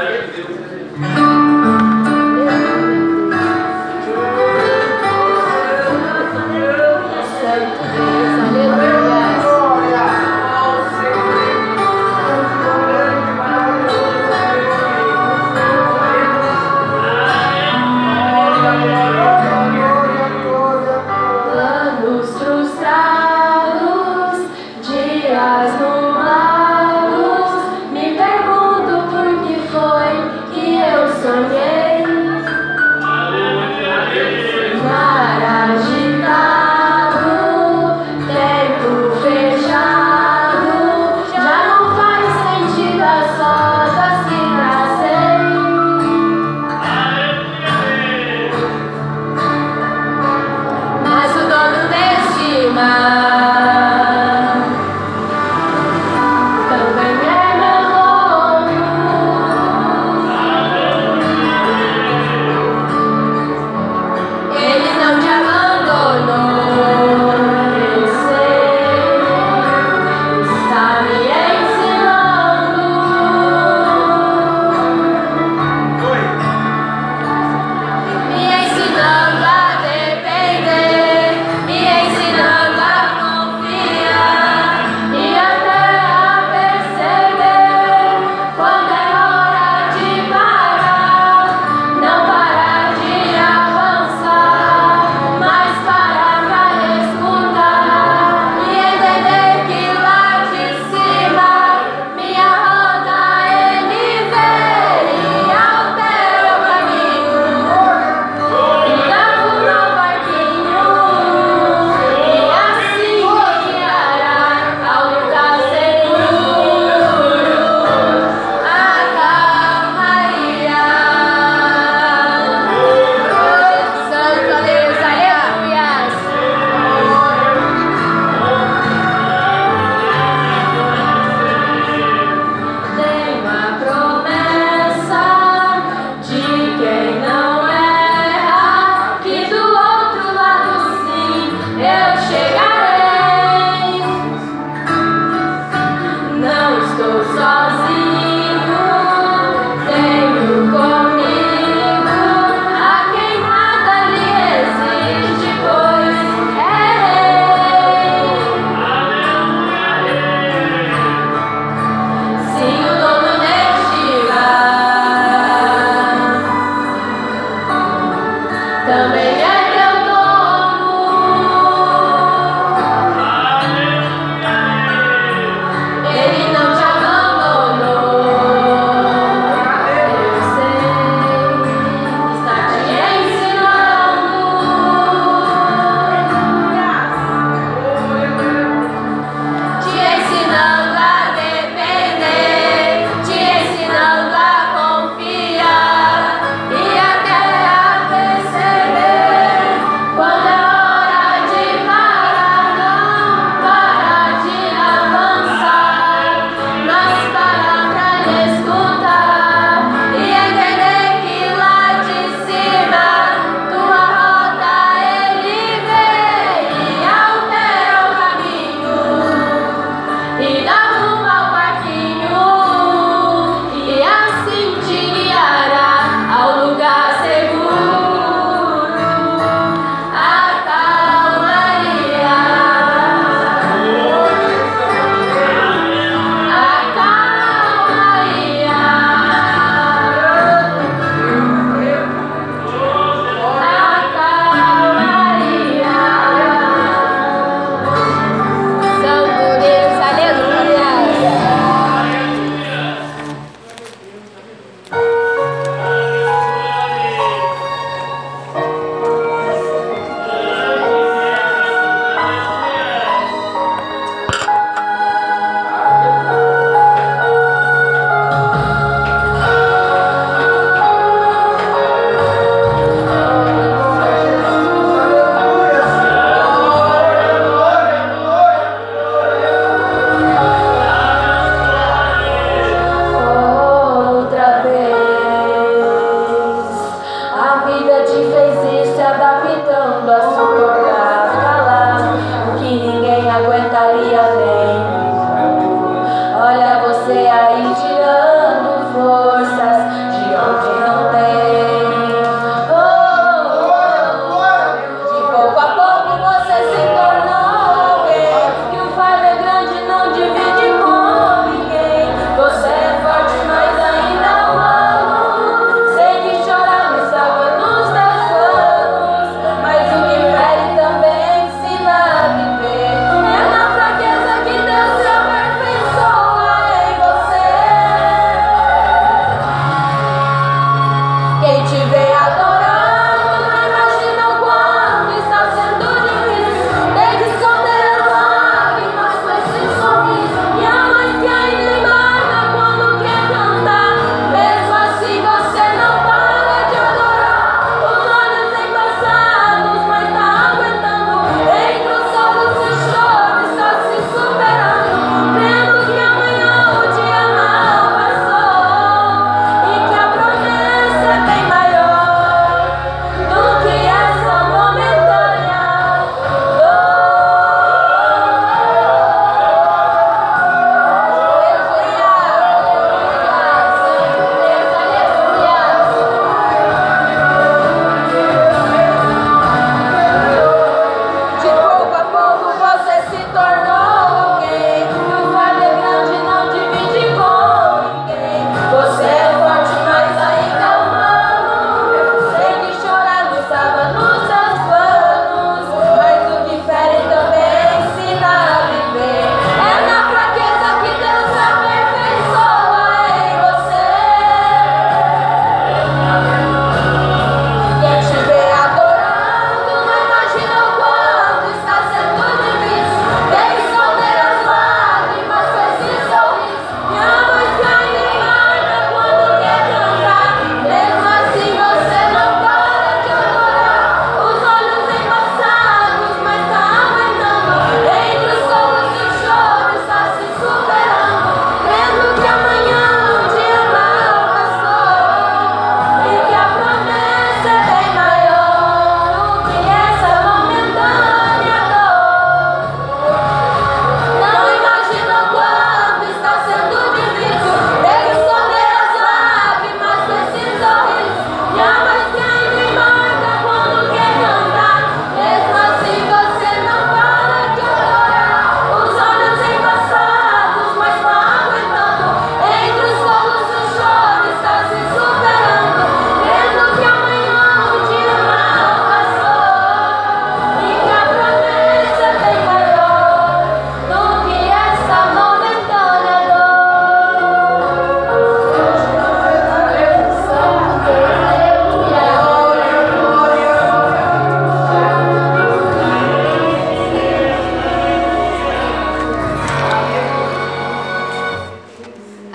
Santo Deus, aleluias. Planos frustrados, dias nublados, me pergunto por que foi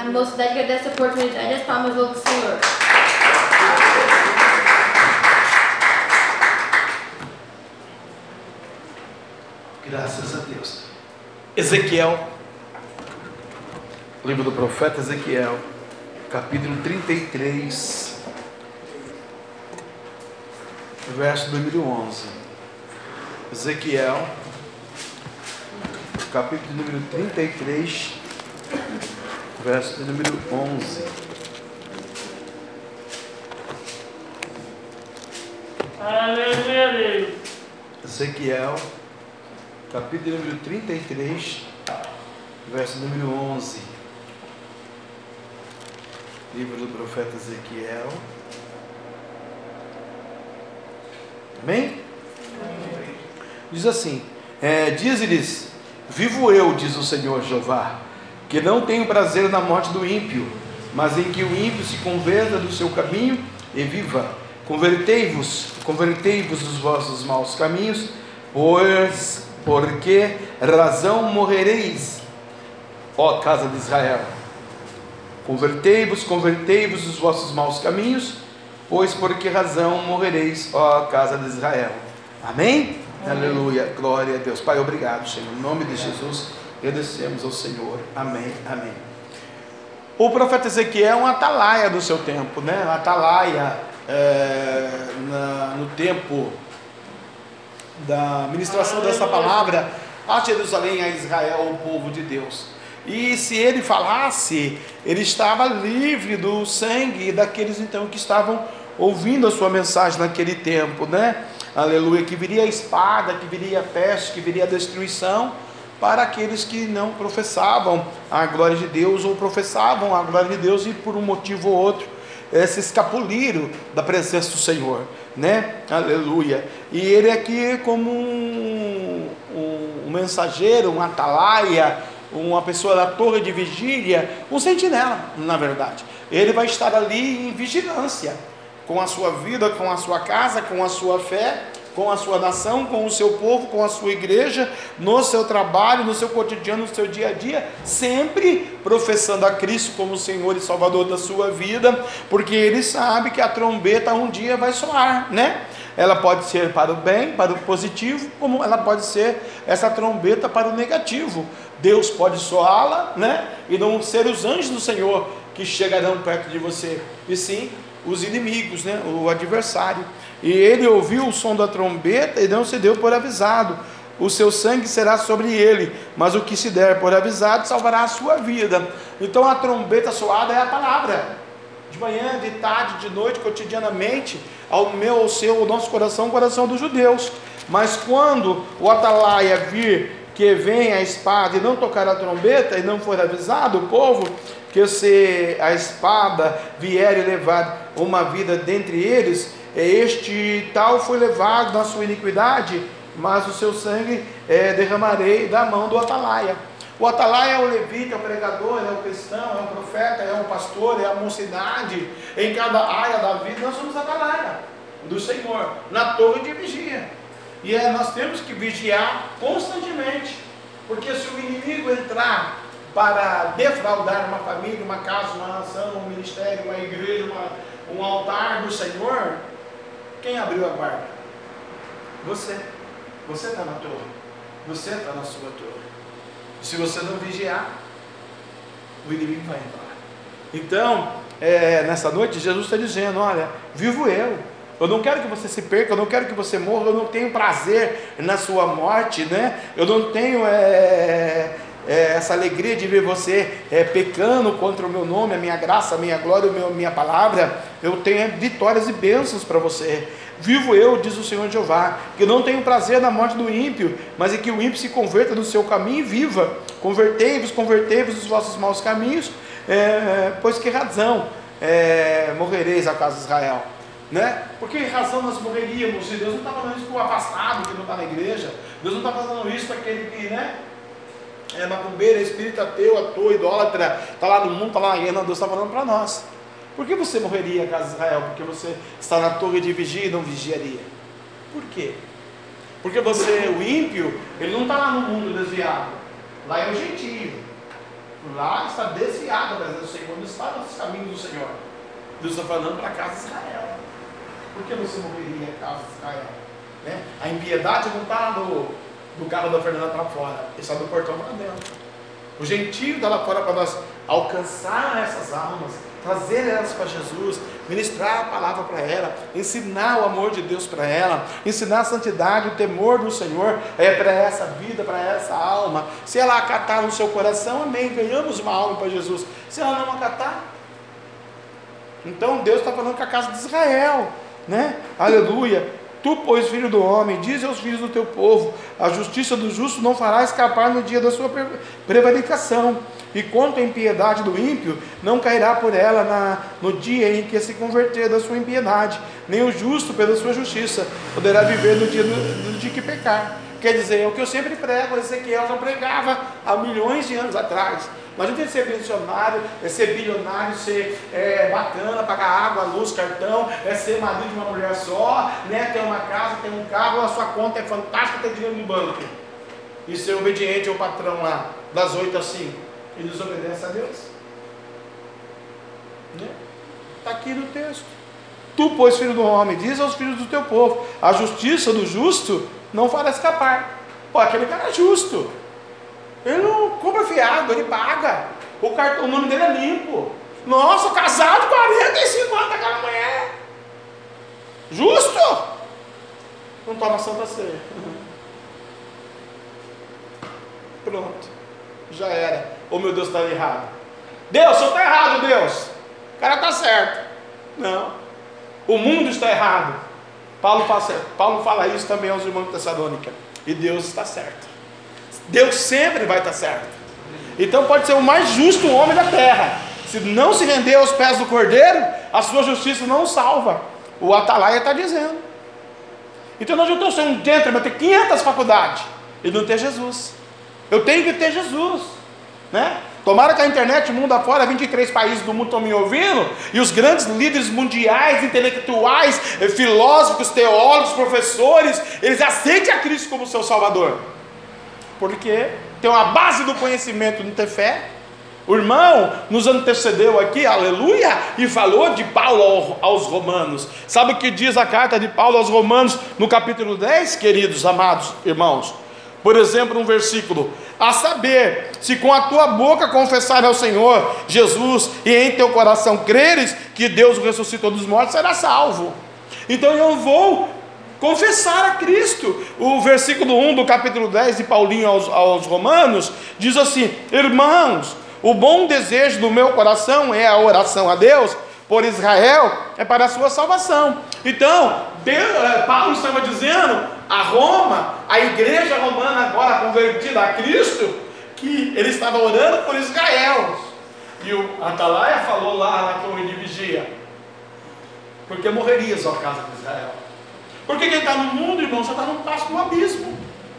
A mocidade agradece a oportunidade e as palmas do Senhor. Graças a Deus. Ezequiel, livro do profeta Ezequiel, capítulo trinta e três, verso número onze. Ezequiel, capítulo número trinta e três, verso número onze. Aleluia. Ezequiel, capítulo número trinta e três, verso número onze. Livro do profeta Ezequiel. Amém? Diz assim: é, diz-lhes: vivo eu, diz o Senhor Jeová, que não tenho prazer na morte do ímpio, mas em que o ímpio se converta do seu caminho e viva. Convertei-vos, convertei-vos dos vossos maus caminhos, pois, porque razão morrereis, ó casa de Israel. Convertei-vos, convertei-vos dos vossos maus caminhos, pois por que razão morrereis, ó casa de Israel. Amém? Amém? Aleluia, glória a Deus. Pai, obrigado, Senhor, em nome de Jesus, agradecemos ao Senhor. Amém, amém. O profeta Ezequiel é um atalaia do seu tempo, né? Um atalaia é, na, no tempo da ministração dessa palavra a Jerusalém, a Israel, o povo de Deus. E se ele falasse, ele estava livre do sangue daqueles então que estavam ouvindo a sua mensagem naquele tempo, né? Aleluia, que viria a espada, que viria a peste, que viria a destruição para aqueles que não professavam a glória de Deus, ou professavam a glória de Deus e por um motivo ou outro eh, se escapuliram da presença do Senhor, né? Aleluia. E ele aqui como um, um, um mensageiro, um atalaia, uma pessoa da torre de vigília, um sentinela, na verdade. Ele vai estar ali em vigilância, com a sua vida, com a sua casa, com a sua fé, com a sua nação, com o seu povo, com a sua igreja, no seu trabalho, no seu cotidiano, no seu dia a dia, sempre professando a Cristo como Senhor e Salvador da sua vida, porque ele sabe que a trombeta um dia vai soar, né? Ela pode ser para o bem, para o positivo, como ela pode ser essa trombeta para o negativo. Deus pode soá-la, né? E não ser os anjos do Senhor que chegarão perto de você, e sim os inimigos, né? O adversário. E ele ouviu o som da trombeta e não se deu por avisado. O seu sangue será sobre ele, mas o que se der por avisado salvará a sua vida. Então a trombeta soada é a palavra. De manhã, de tarde, de noite, cotidianamente, ao meu, ao seu, ao nosso coração, o coração dos judeus. Mas quando o atalaia vir que vem a espada e não tocar a trombeta e não for avisado o povo, que se a espada vier e levar uma vida dentre eles, este tal foi levado na sua iniquidade, mas o seu sangue é, derramarei da mão do atalaia. O atalaia é o levita, é o pregador, é o cristão, é o profeta, é o pastor, é a mocidade. Em cada área da vida nós somos atalaia do Senhor, na torre de vigia. E é, nós temos que vigiar constantemente, porque se o inimigo entrar para defraudar uma família, uma casa, uma nação, um ministério, uma igreja, uma, um altar do Senhor, quem abriu a guarda? Você. Você está na torre. Você está na sua torre. E se você não vigiar, o inimigo vai entrar. Então, é, nessa noite, Jesus está dizendo: olha, vivo eu. Eu não quero que você se perca, eu não quero que você morra, eu não tenho prazer na sua morte, né? Eu não tenho é, é, essa alegria de ver você é, pecando contra o meu nome, a minha graça, a minha glória, a minha palavra. Eu tenho vitórias e bênçãos para você. Vivo eu, diz o Senhor Jeová, que não tenho prazer na morte do ímpio, mas é que o ímpio se converta do seu caminho e viva. Convertei-vos, convertei-vos dos vossos maus caminhos, é, pois que razão é, morrereis a casa de Israel. Né? Por que razão nós morreríamos? Se Deus não está falando isso para o afastado que não está na igreja, Deus não está falando isso para aquele que, né, é macumbeiro, é espírita ateu, ator, idólatra, está lá no mundo, está lá, não, Deus está falando para nós. Por que você morreria a casa de Israel? Porque você está na torre de vigia e não vigiaria. Por quê? Porque você, o ímpio, ele não está lá no mundo desviado, lá é o gentio. Lá está desviada a presença do Senhor, não está nos caminhos do Senhor. Deus está falando para a casa de Israel. Por que você morreria a casa de Israel? Né? A impiedade não está no, no carro da Fernanda para fora, está do portão para dentro. O gentio está lá fora para nós alcançar essas almas, trazer elas para Jesus, ministrar a palavra para ela, ensinar o amor de Deus para ela, ensinar a santidade, o temor do Senhor é para essa vida, para essa alma. Se ela acatar no seu coração, amém, ganhamos uma alma para Jesus. Se ela não acatar, então Deus está falando com a casa de Israel, né? Aleluia. Tu, pois, filho do homem, diz aos filhos do teu povo: a justiça do justo não fará escapar no dia da sua prevaricação, e quanto à impiedade do ímpio, não cairá por ela na, no dia em que se converter da sua impiedade, nem o justo pela sua justiça poderá viver no dia, do, no dia que pecar. Quer dizer, é o que eu sempre prego, Ezequiel já pregava há milhões de anos atrás. Não adianta ser pensionário, é ser bilionário, ser é, bacana, pagar água, luz, cartão, é ser marido de uma mulher só, né, ter uma casa, ter um carro, a sua conta é fantástica, ter dinheiro no banco. E ser obediente ao patrão lá, das oito às cinco. E desobedece a Deus. Está, né? Aqui no texto. Tu, pois, filho do homem, diz aos filhos do teu povo: a justiça do justo não fará escapar. Pô, aquele cara é justo. Ele não compra fiado, ele paga. O, cartão, o nome dele é limpo. Nossa, casado quarenta e cinco anos com aquela mulher. Justo? Não toma santa ceia. Pronto. Já era. Ou meu Deus está errado. Deus, só está errado, Deus. O cara está certo. Não. O mundo está errado. Paulo fala, Paulo fala isso também aos irmãos de Tessalônica. E Deus está certo. Deus sempre vai estar certo. Então pode ser o mais justo homem da terra, se não se render aos pés do Cordeiro, a sua justiça não salva. O Atalaia está dizendo. Então não adianta eu ser um gentleman, ter quinhentas faculdades e não ter Jesus. Eu tenho que ter Jesus, né? Tomara que a internet, o mundo afora, vinte e três países do mundo estão me ouvindo, e os grandes líderes mundiais, intelectuais, filósofos, teólogos, professores, eles aceitem a Cristo como seu Salvador. Porque tem uma base do conhecimento, não ter fé. O irmão nos antecedeu aqui, aleluia, e falou de Paulo aos Romanos. Sabe o que diz a carta de Paulo aos Romanos no capítulo dez, queridos, amados irmãos? Por exemplo, um versículo: a saber, se com a tua boca confessares ao Senhor Jesus e em teu coração creres que Deus o ressuscitou dos mortos, será salvo. Então eu vou confessar a Cristo. O versículo um do capítulo dez de Paulinho aos, aos Romanos diz assim: irmãos, o bom desejo do meu coração é a oração a Deus por Israel, é para a sua salvação. Então Deus, Paulo estava dizendo a Roma, a igreja romana agora convertida a Cristo, que ele estava orando por Israel. E o Atalaia falou lá na torre de vigia: porque morreria só a casa de Israel. Porque quem está no mundo, irmão, só está no passo do abismo.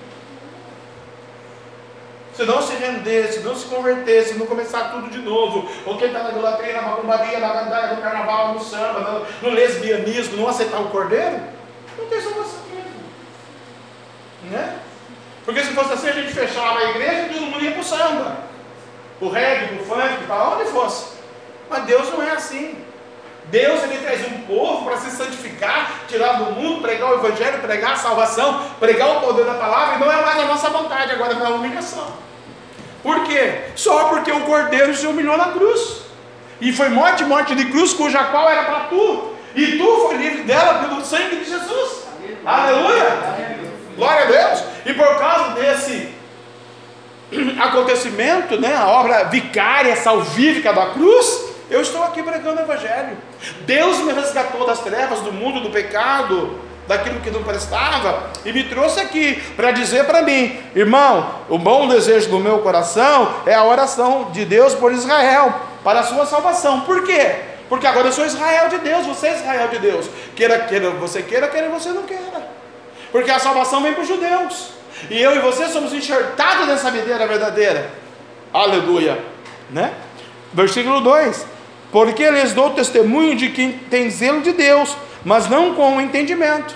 Se não se render, se não se converter, se não começar tudo de novo, ou quem está na idolatria, na macumbaria, na gandaia, no carnaval, no samba, no, no lesbianismo, não aceitar o Cordeiro, não tem salvação mesmo, né? Porque se fosse assim, a gente fechava a igreja e todo mundo ia para o samba, para o reggae, para o funk, para onde fosse. Mas Deus não é assim. Deus, ele traz um povo para se santificar, tirar do mundo, pregar o evangelho, pregar a salvação, pregar o poder da palavra, e não é mais a nossa vontade, agora é a humilhação. Por quê? Só porque o Cordeiro se humilhou na cruz, e foi morte, morte de cruz, cuja qual era para tu, e tu foi livre dela pelo sangue de Jesus. Aleluia! Aleluia. Glória a Deus! E por causa desse acontecimento, né, a obra vicária, salvífica da cruz, eu estou aqui pregando o evangelho. Deus me resgatou das trevas, do mundo, do pecado, daquilo que não prestava, e me trouxe aqui para dizer para mim: irmão, o bom desejo do meu coração é a oração de Deus por Israel, para a sua salvação. Por quê? Porque agora eu sou Israel de Deus, você é Israel de Deus. Queira, queira você queira, queira você não queira. Porque a salvação vem para os judeus, e eu e você somos enxertados nessa videira verdadeira. Aleluia, né? Versículo dois: porque lhes dou testemunho de quem tem zelo de Deus, mas não com o entendimento.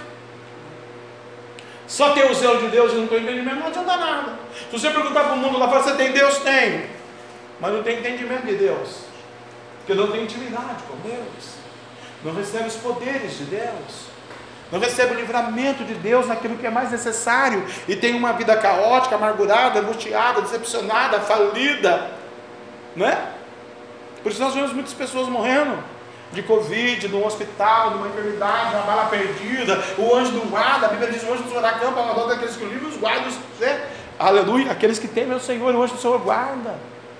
Só ter o zelo de Deus e não ter o entendimento não adianta nada. Se você perguntar para o mundo lá fora, você tem Deus? Tem. mas não tem entendimento de Deus, porque não tem intimidade com Deus, não recebe os poderes de Deus, não recebe o livramento de Deus naquilo que é mais necessário, e tem uma vida caótica, amargurada, angustiada, decepcionada, falida, não é? Por isso nós vemos muitas pessoas morrendo de Covid, num hospital, numa enfermidade, numa bala perdida, o anjo não guarda. A Bíblia diz: o anjo do Senhor acampa ao redor daqueles que o livram, os guarda, né? Aleluia, aqueles que temem o Senhor, o anjo do Senhor guarda.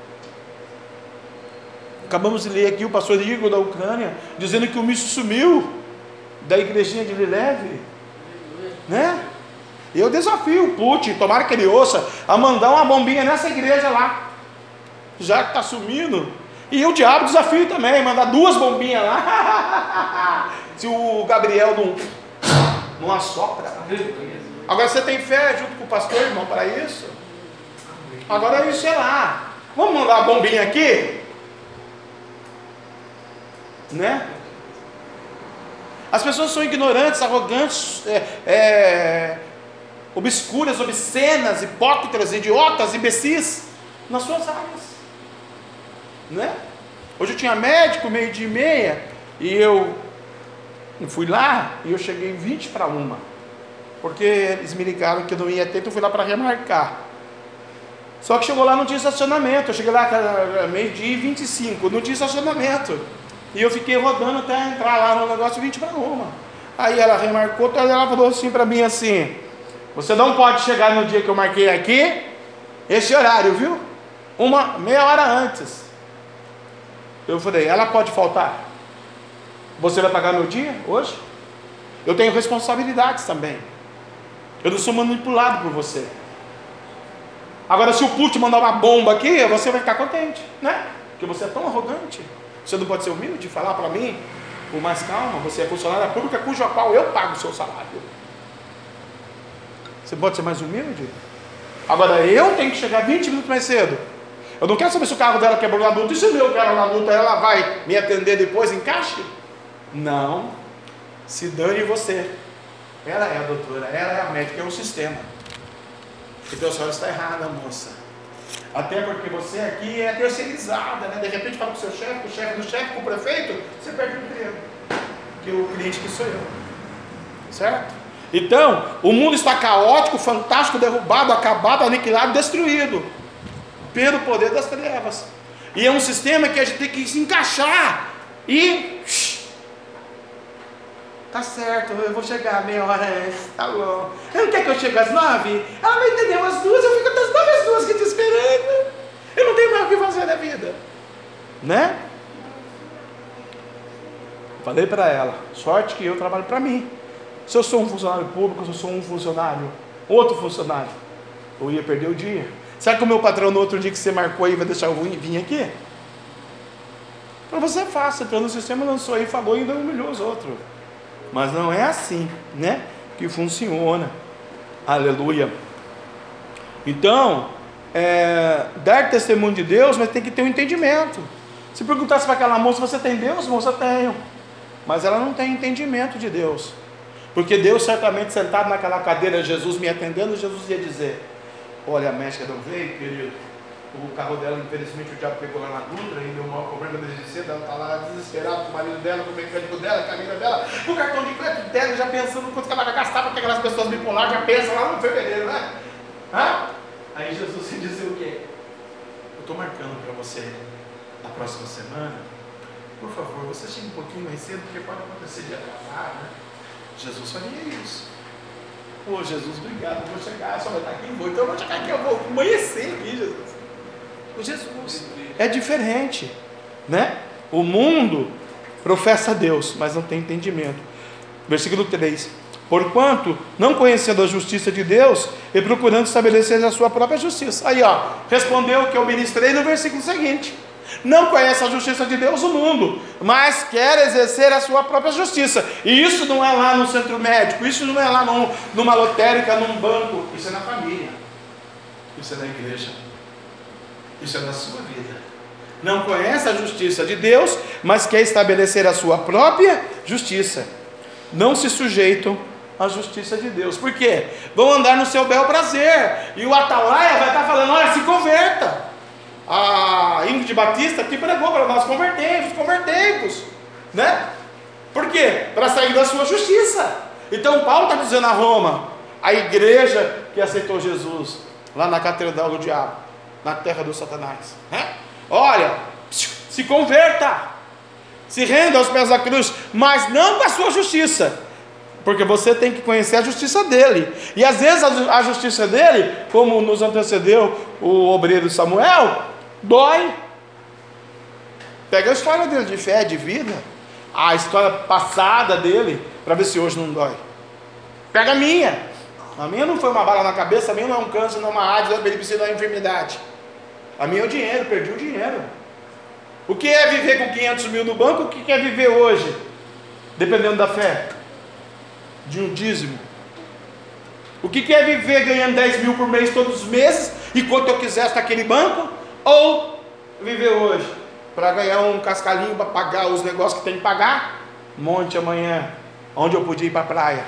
Acabamos de ler aqui o pastor Igor da Ucrânia dizendo que o míssil sumiu da igrejinha de Lileve, né? Eu desafio o Putin, tomara que ele ouça, a mandar uma bombinha nessa igreja lá, já que está sumindo. E o diabo desafio também, mandar duas bombinhas lá, se o Gabriel não, não assopra. Agora você tem fé junto com o pastor, irmão, para isso? Agora isso é lá, vamos mandar a bombinha aqui, né? As pessoas são ignorantes, arrogantes, é, é, obscuras, obscenas, hipócritas, idiotas, imbecis nas suas áreas, né? Hoje eu tinha médico, meio dia e meia, e eu fui lá, e eu cheguei vinte para uma, porque eles me ligaram que eu não ia ter, então eu fui lá para remarcar. Só que chegou lá, não tinha estacionamento. Eu cheguei lá meio dia e vinte e cinco, não tinha estacionamento, e eu fiquei rodando até entrar lá no negócio vinte para uma. Aí ela remarcou, ela falou assim para mim assim: você não pode chegar no dia que eu marquei aqui, esse horário, viu? Uma meia hora antes. Eu falei: ela pode faltar? Você vai pagar meu dia hoje? Eu tenho responsabilidades também. Eu não sou manipulado por você. Agora, se o Putin mandar uma bomba aqui, você vai ficar contente, né? Porque você é tão arrogante. Você não pode ser humilde e falar para mim, com mais calma: você é funcionária pública cujo qual eu pago o seu salário. Você pode ser mais humilde? Agora, eu tenho que chegar vinte minutos mais cedo. Eu não quero saber se o carro dela quebrou na luta, e se o meu quebra na luta, ela vai me atender depois em caixa? Não, se dane você. Ela é a doutora, ela é a médica, é o sistema. Então a senhora está errada, moça. Até porque você aqui é terceirizada, né? De repente fala com o seu chefe, com o chefe do chefe, com o prefeito, você perde o emprego, porque o cliente que sou eu, certo? Então, o mundo está caótico, fantástico, derrubado, acabado, aniquilado, destruído pelo poder das trevas. E é um sistema que a gente tem que se encaixar e tá certo, eu vou chegar meia hora antes, tá bom. Ela não quer que eu chegue às nove? Ela vai entender umas duas, eu fico das nove às duas aqui te esperando. Eu não tenho mais o que fazer na vida, né? Falei para ela: sorte que eu trabalho para mim. Se eu sou um funcionário público, se eu sou um funcionário, outro funcionário, eu ia perder o dia. Será que o meu patrão no outro dia que você marcou aí vai deixar eu vir aqui? Para você é fácil, entrou no sistema, lançou aí, falou e ainda humilhou os outros. Mas não é assim, né, que funciona. Aleluia. Então, é, dar testemunho de Deus, mas tem que ter um entendimento. Se perguntasse para aquela moça: você tem Deus? Moça, tenho. Mas ela não tem entendimento de Deus, porque Deus certamente sentado naquela cadeira, Jesus me atendendo, Jesus ia dizer: olha, a médica não veio, querido, o carro dela, infelizmente, o diabo pegou lá na Dutra, e deu um maior problema de cedo, ela está lá desesperada com o marido dela, com o mecânico dela, com a amiga dela, com o cartão de crédito dela, já pensando quanto que ela vai gastar, porque aquelas pessoas bipolares já pensam lá no fevereiro, né? Hã? Aí Jesus se dizia o quê? Eu estou marcando para você na próxima semana, por favor, você chegue um pouquinho mais cedo, porque pode acontecer de atrasar, né? Jesus faria isso. Ô Jesus, obrigado, eu vou chegar, só vai estar aqui, vou, então eu vou chegar aqui, eu vou amanhecer aqui, Jesus. O Jesus é diferente, né? O mundo professa a Deus, mas não tem entendimento. Versículo três: porquanto, não conhecendo a justiça de Deus e procurando estabelecer a sua própria justiça. Aí ó, respondeu o que eu ministrei no versículo seguinte: não conhece a justiça de Deus o mundo, mas quer exercer a sua própria justiça. E isso não é lá no centro médico, isso não é lá num, numa lotérica, num banco, isso é na família, isso é na igreja, isso é na sua vida. Não conhece a justiça de Deus, mas quer estabelecer a sua própria justiça. Não se sujeitam à justiça de Deus. Por quê? Vão andar no seu bel prazer, e o atalaia vai estar falando: olha, se converta. a Ingrid Batista que pregou para nós: convertei-vos, convertei-vos, né? Por quê? Para sair da sua justiça. Então Paulo está dizendo a Roma, a igreja que aceitou Jesus, lá na catedral do diabo, na terra do Satanás, né? Olha, se converta, se renda aos pés da cruz, mas não com a sua justiça, porque você tem que conhecer a justiça dele, e às vezes a justiça dele, como nos antecedeu o obreiro Samuel, dói. Pega a história dele de fé, de vida, a história passada dele, para ver se hoje não dói. Pega a minha, a minha não foi uma bala na cabeça, a minha não é um câncer, não é uma AIDS, não é uma epilepsia, não é uma enfermidade, a minha é o dinheiro, perdi o dinheiro. O que é viver com quinhentos mil no banco? O que é viver hoje, dependendo da fé, de um dízimo? O que é viver ganhando dez mil por mês todos os meses, e quanto eu quiser naquele banco? Ou viver hoje para ganhar um cascalhinho para pagar os negócios que tem que pagar? Monte amanhã, onde eu podia ir para a praia.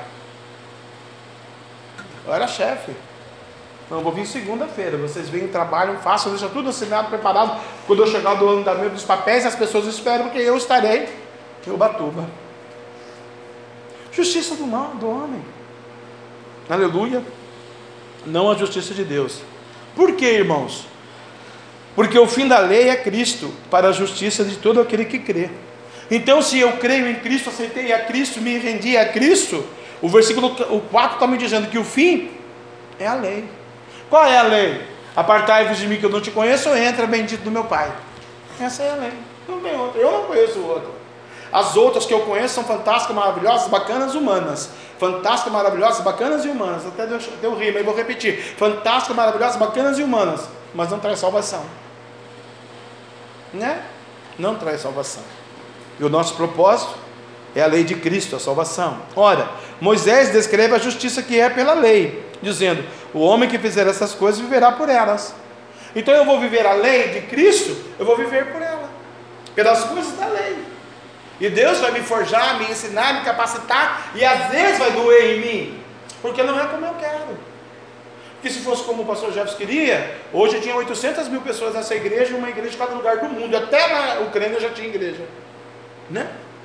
Eu era chefe. Não, eu vou vir segunda-feira. Vocês vêm, trabalham, façam, deixam tudo assinado, preparado. Quando eu chegar do andamento dos papéis, as pessoas esperam, porque eu estarei em Ubatuba. Justiça do, mal, do homem. Aleluia. Não a justiça de Deus. Por quê, irmãos? Porque o fim da lei é Cristo, para a justiça de todo aquele que crê. Então, se eu creio em Cristo, aceitei a Cristo, me rendi a Cristo, o versículo quatro está me dizendo que o fim é a lei. Qual é a lei? Apartai-vos de mim que eu não te conheço, entra bendito do meu Pai. Essa é a lei, não tem outra. Eu não conheço outra. As outras que eu conheço são fantásticas, maravilhosas, bacanas, humanas. Fantásticas, maravilhosas, bacanas e humanas. Até deu, deu rima, eu vou repetir. Fantásticas, maravilhosas, bacanas e humanas, mas não traz salvação, né? Não traz salvação. E o nosso propósito é a lei de Cristo, a salvação. Ora, Moisés descreve a justiça que é pela lei, dizendo: o homem que fizer essas coisas viverá por elas. Então eu vou viver a lei de Cristo, eu vou viver por ela, pelas coisas da lei. E Deus vai me forjar, me ensinar, me capacitar, e às vezes vai doer em mim, porque não é como eu quero. Porque se fosse como o pastor Jefferson queria, hoje tinha oitocentas mil pessoas nessa igreja, uma igreja em cada lugar do mundo, até na Ucrânia já tinha igreja, né?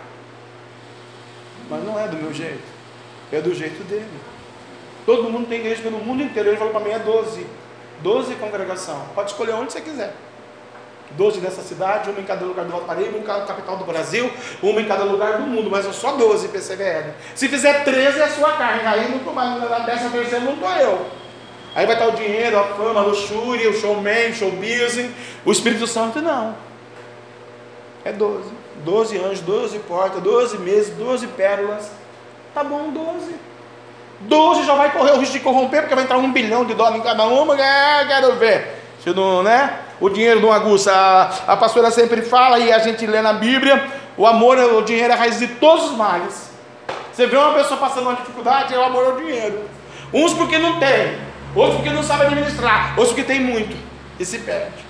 Mas não é do meu jeito, é do jeito dele. Todo mundo tem igreja pelo mundo inteiro. Ele falou para mim: é doze, doze congregação, pode escolher onde você quiser, doze nessa cidade, uma em cada lugar do Alto Paraíba, uma em cada capital do Brasil, uma em cada lugar do mundo, mas eu só doze P C V L. Se fizer treze é a sua carne, aí não estou mais, na décima terceira não estou eu. Aí vai estar o dinheiro, a fama, a luxúria, o showman, o show business. O Espírito Santo não, é doze, doze anjos, doze portas, doze meses, doze pérolas. Tá bom, doze. doze já vai correr o risco de corromper, porque vai entrar um bilhão de dólares em cada uma. É, quero ver se não, né? O dinheiro não aguça. A, a pastora sempre fala, e a gente lê na Bíblia: o amor, o dinheiro é a raiz de todos os males. Você vê uma pessoa passando uma dificuldade, é o amor ao dinheiro. Uns porque não tem, outros porque não sabe administrar, outros porque tem muito e se perde.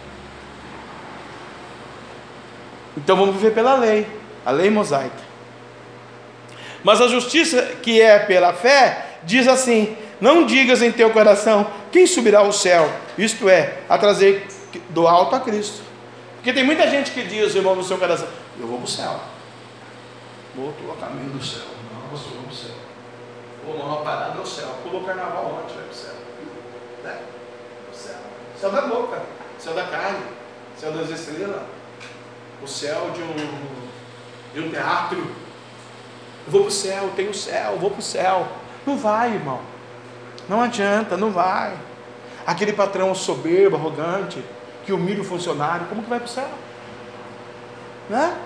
Então vamos viver pela lei, a lei mosaica. Mas a justiça que é pela fé diz assim: não digas em teu coração: quem subirá ao céu? Isto é, a trazer do alto a Cristo. Porque tem muita gente que diz, irmão, no seu coração: eu vou para o céu, vou pelo caminho do céu. Não, eu vou para o céu. Vou uma parada no céu. Pulou o carnaval ontem, vai para o céu, né? O céu, céu da boca, céu da carne, céu das estrelas, o céu de um, de um teatro. Eu vou para o céu, tenho o céu, vou para o céu. Não vai, irmão, não adianta, não vai. Aquele patrão soberbo, arrogante, que humilha o funcionário, como que vai para o céu? Né?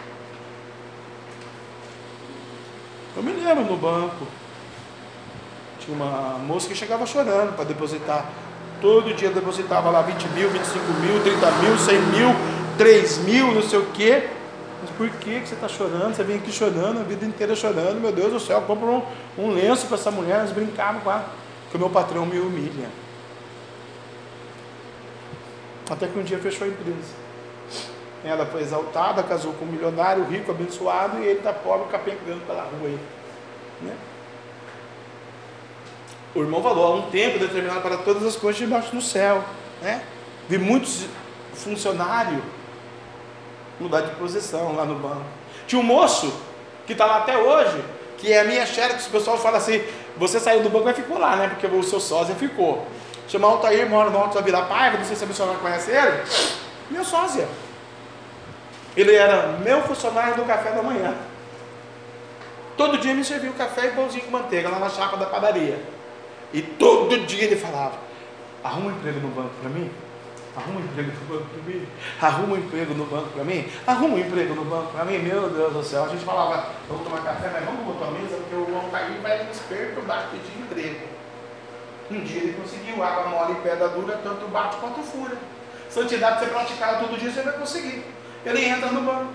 Eu me lembro no banco, tinha uma moça que chegava chorando para depositar. Todo dia depositava lá vinte mil, vinte e cinco mil, trinta mil, cem mil, três mil, não sei o quê. Mas por que você está chorando? Você vem aqui chorando, a vida inteira chorando. Meu Deus do céu, compra um, um lenço para essa mulher. Nós brincávamos com ela, que o meu patrão me humilha. Até que um dia fechou a empresa. Ela foi exaltada, casou com um milionário, rico, abençoado, e ele está pobre, capengando pela rua aí, né? O irmão falou: há um tempo determinado para todas as coisas debaixo do céu, né? Vi muitos funcionário mudar de posição lá no banco. Tinha um moço que está lá até hoje, que é a minha xerox. O pessoal fala assim: você saiu do banco e ficou lá, né? Porque o seu sósia ficou. Chama o Altair, mora no Alto da Vila Paiva, não sei se a missionária conhece ele. Meu sósia. Ele era meu funcionário do café da manhã. Todo dia me servia o café e pãozinho com manteiga lá na chapa da padaria. E todo dia ele falava: arruma um emprego no banco para mim. Arruma um emprego no banco para mim. Arruma um emprego no banco para mim. Arruma um emprego no banco para mim. Meu Deus do céu. A gente falava: vamos tomar café, mas vamos botar a mesa, porque o Altair vai nos perturbar pedir emprego. Um dia ele conseguiu. Água mole e pedra dura, tanto bate quanto fura. Santidade, você praticar todo dia, você vai conseguir. Ele entra no banco.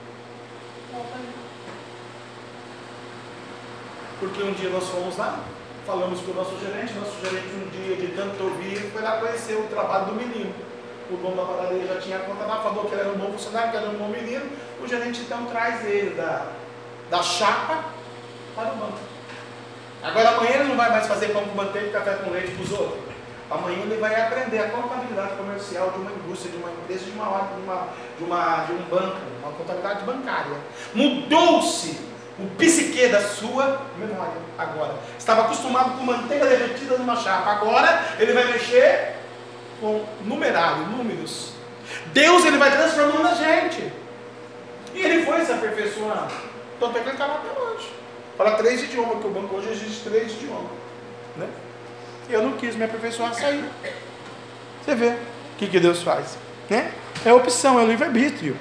Porque um dia nós fomos lá, falamos com o nosso gerente. Nosso gerente, um dia de tanto ouvir, foi lá conhecer o trabalho do menino. O dono da padaria já tinha conta lá, falou que ele era um bom funcionário, que era um bom menino. O gerente então traz ele da, da chapa para o banco. Agora amanhã ele não vai mais fazer pão com manteiga e café com leite para os outros. Amanhã ele vai aprender a contabilidade comercial de uma indústria, de uma empresa, de, uma, de, uma, de, uma, de um banco, uma contabilidade bancária. Mudou-se o psique da sua memória agora. Estava acostumado com manteiga derretida numa chapa. Agora ele vai mexer com numerário, números. Deus, ele vai transformando a gente. E ele foi se aperfeiçoando. Tanto é que ele está lá até hoje. Fala três idiomas, porque o banco hoje existe três idiomas. Né? Eu não quis me aperfeiçoar, sair. Você vê o que, que Deus faz. Né? É opção, é livre-arbítrio.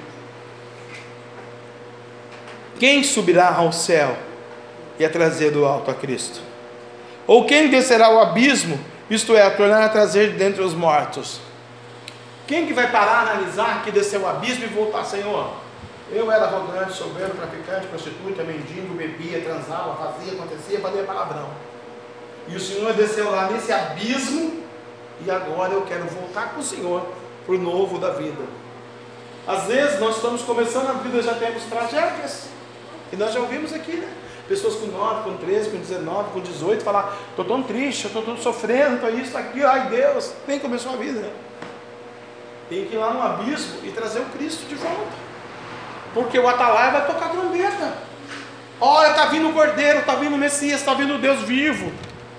Quem subirá ao céu e a trazer do alto a Cristo? Ou quem descerá ao abismo, isto é, a tornar a trazer de dentre os mortos? Quem que vai parar, analisar que desceu ao abismo e voltar: Senhor, eu era arrogante, soberbo, traficante, prostituta, mendigo, bebia, transava, fazia, acontecia, fazia palavrão. E o Senhor desceu lá nesse abismo, e agora eu quero voltar com o Senhor para o novo da vida. Às vezes nós estamos começando a vida, já temos tragédias. E nós já ouvimos aqui, né? Pessoas com nove, com treze, com dezenove, com dezoito, falar: estou tão triste, estou tão sofrendo, estou isso, aqui, ai Deus, nem começou a vida, né? Tem que ir lá no abismo e trazer o Cristo de volta. Porque o atalaia vai tocar trombeta. Olha, está vindo o Cordeiro, está vindo o Messias, está vindo o Deus vivo,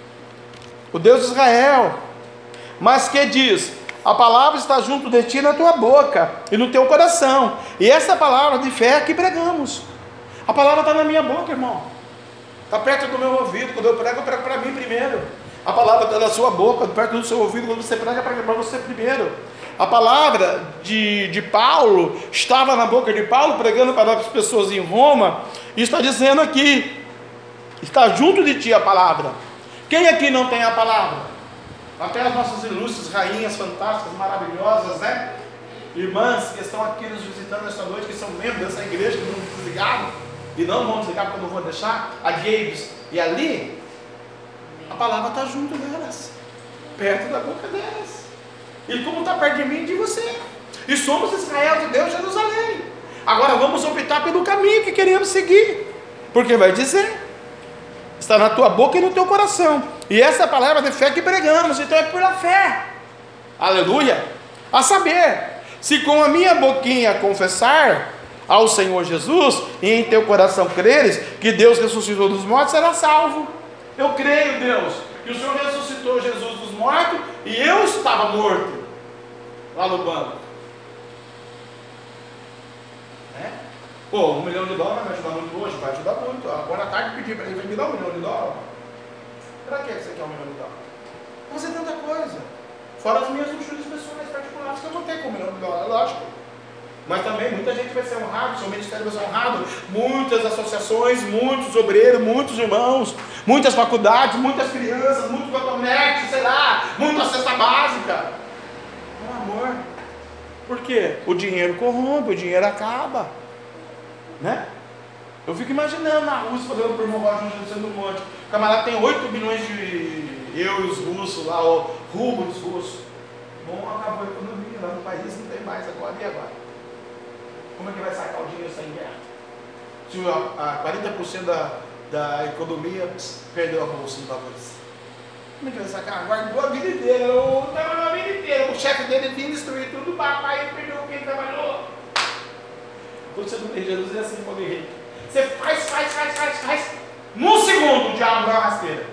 o Deus de Israel. Mas que diz: a palavra está junto de ti, na tua boca e no teu coração. E essa palavra de fé que pregamos. A palavra está na minha boca, irmão. Está perto do meu ouvido. Quando eu prego, eu prego para mim primeiro. A palavra está na sua boca, perto do seu ouvido. Quando você prega, prega para você primeiro. A palavra de, de Paulo estava na boca de Paulo, pregando para as pessoas em Roma. E está dizendo aqui: está junto de ti a palavra. Quem aqui não tem a palavra? Até as nossas ilustres rainhas fantásticas, maravilhosas, né? Irmãs que estão aqui nos visitando esta noite, que são membros dessa igreja, que não desligaram. E não vão desligar, porque eu não vou deixar. A James e ali, a palavra está junto delas, perto da boca delas. E como está perto de mim e de você. E somos Israel de Deus, Jerusalém. Agora vamos optar pelo caminho que queremos seguir. Porque vai dizer: está na tua boca e no teu coração. E essa palavra de fé que pregamos, então é pela fé. Aleluia. A saber, se com a minha boquinha confessar ao Senhor Jesus, e em teu coração creres que Deus ressuscitou dos mortos, será salvo. Eu creio, Deus, que o Senhor ressuscitou Jesus dos mortos, e eu estava morto lá no banco. Né? Pô, um milhão de dólares vai me ajudar muito hoje? Vai ajudar muito. Agora à tarde pedi para ele: vai me dar um milhão de dólares. Para que você quer um milhão de dólares? Para fazer tanta coisa. Fora as minhas luxúrias pessoais particulares, que eu não tenho com um milhão de dólares, lógico. Mas também muita gente vai ser honrado, seu ministério vai ser honrado, muitas associações, muitos obreiros, muitos irmãos, muitas faculdades, muitas crianças, muitos cotonetes, sei lá, muita cesta básica. Por amor. Por quê? O dinheiro corrompe, o dinheiro acaba. Né? Eu fico imaginando na Rússia, falando para o irmão Roger no monte, o camarada tem oito milhões de euros russos lá, ou rublos russos. Bom, acabou a economia, lá no país não tem mais agora, e agora? Como é que vai sacar o dinheiro sem guerra? Se a, a quarenta por cento da, da economia pss, perdeu a bolsa em valores. Como é que ele sacar? Guardou a vida inteira, eu trabalhou a vida inteira. O chefe dele vinha destruir tudo, o papai perdeu quem trabalhou. Quando você não tem Jesus, é assim para guerreiro. Você faz, faz, faz, faz, faz. Num segundo o diabo dá uma rasteira.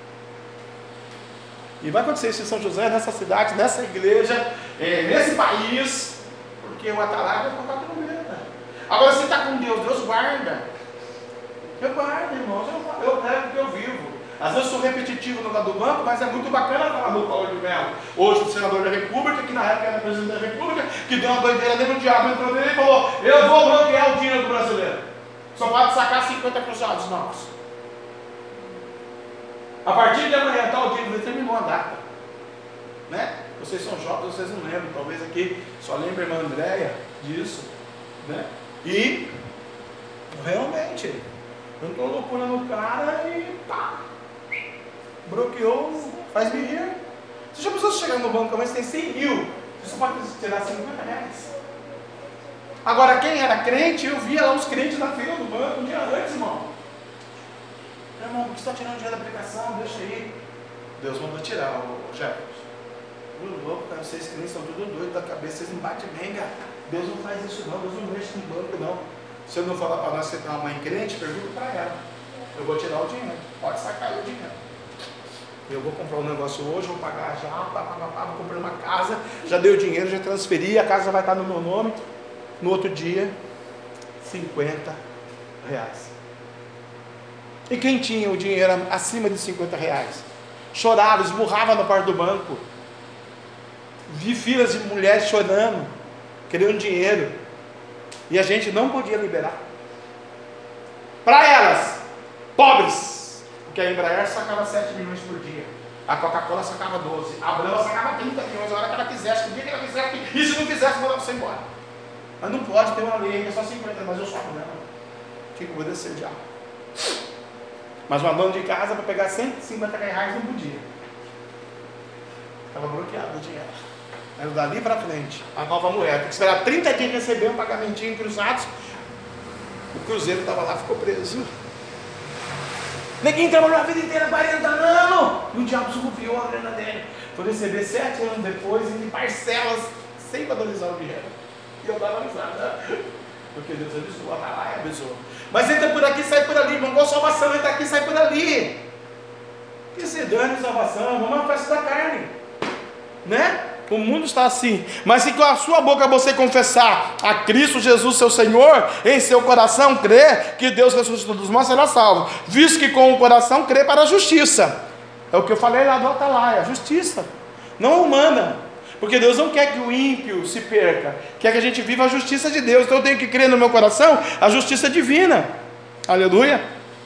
E vai acontecer isso em São José, nessa cidade, nessa igreja, é, nesse país, porque o atalaia vai colocar tudo mesmo. Agora você está com Deus, Deus guarda. Eu guardo, irmãos, eu, eu pego o que eu vivo. Às vezes eu sou repetitivo no lado do banco, mas é muito bacana falar do Paulo de Mello. Hoje o senador da República, que na época era presidente da República, que deu uma doideira dentro do diabo, entrou dele e falou: eu vou bloquear o dinheiro do brasileiro. Só pode sacar cinquenta cruzados novos. A partir de amanhã, tal dia, determinou a data. Né? Vocês são jovens, vocês não lembram. Talvez aqui só lembre a irmã Andréia disso. Né? E realmente, entrou loucura no cara e pá, bloqueou, faz-me rir. Você já pensou chegar no banco, mas tem cem mil, você só pode tirar cinquenta reais. Agora, quem era crente, eu via lá os crentes na fila do banco um dia antes, irmão. Meu irmão, por que você está tirando dinheiro da aplicação? Deixa aí. Deus mandou tirar, o Jefferson. O louco, cara, vocês crentes são tudo doidos da cabeça, vocês não batem bem, cara. Deus não faz isso não, Deus não mexe no banco não. Se eu não falar para nós que você tem uma mãe crente, pergunta para ela. Eu vou tirar o dinheiro, pode sacar o dinheiro. Eu vou comprar um negócio hoje, vou pagar já, pá, pá, pá, pá, vou comprar uma casa, já dei o dinheiro, já transferi, a casa vai estar no meu nome. No outro dia, cinquenta reais. E quem tinha o dinheiro acima de cinquenta reais? Chorava, esmurrava na porta do banco. Vi filas de mulheres chorando, querendo dinheiro. E a gente não podia liberar. Para elas, pobres. Porque a Embraer sacava sete milhões por dia. A Coca-Cola sacava doze. A Brahma sacava trinta milhões a hora que ela quisesse. O dia que ela quisesse. E se não quisesse, mandava você embora. Mas não pode ter uma lei que é só cinquenta, mas eu só não. Tinha que obedecer o diabo. Mas uma dona de casa para pegar cento e cinquenta reais não podia. Estava bloqueado o dinheiro. Era dali para frente, a nova moeda. Tem que esperar trinta dias receber um pagamentinho cruzados. O cruzeiro estava lá, ficou preso. Ninguém trabalhou a vida inteira, quarenta anos. E o diabo subiu a grana dele. Foi receber sete anos depois, em parcelas, sem valorizar o dinheiro. E eu dava risada. Porque Deus abençoou, vai lá e abençoou. Mas entra por aqui, sai por ali, irmão. Qual salvação? Entra aqui, sai por ali. Que se dane salvação, vamos à festa da carne. Né? O mundo está assim. Mas se com a sua boca você confessar a Cristo Jesus seu Senhor, em seu coração crer que Deus ressuscitou dos mortos, será salvo. Visto que com o coração crê para a justiça. É o que eu falei lá do Atalaia, justiça. Não humana. Porque Deus não quer que o ímpio se perca, quer que a gente viva a justiça de Deus. Então eu tenho que crer no meu coração a justiça divina. Aleluia.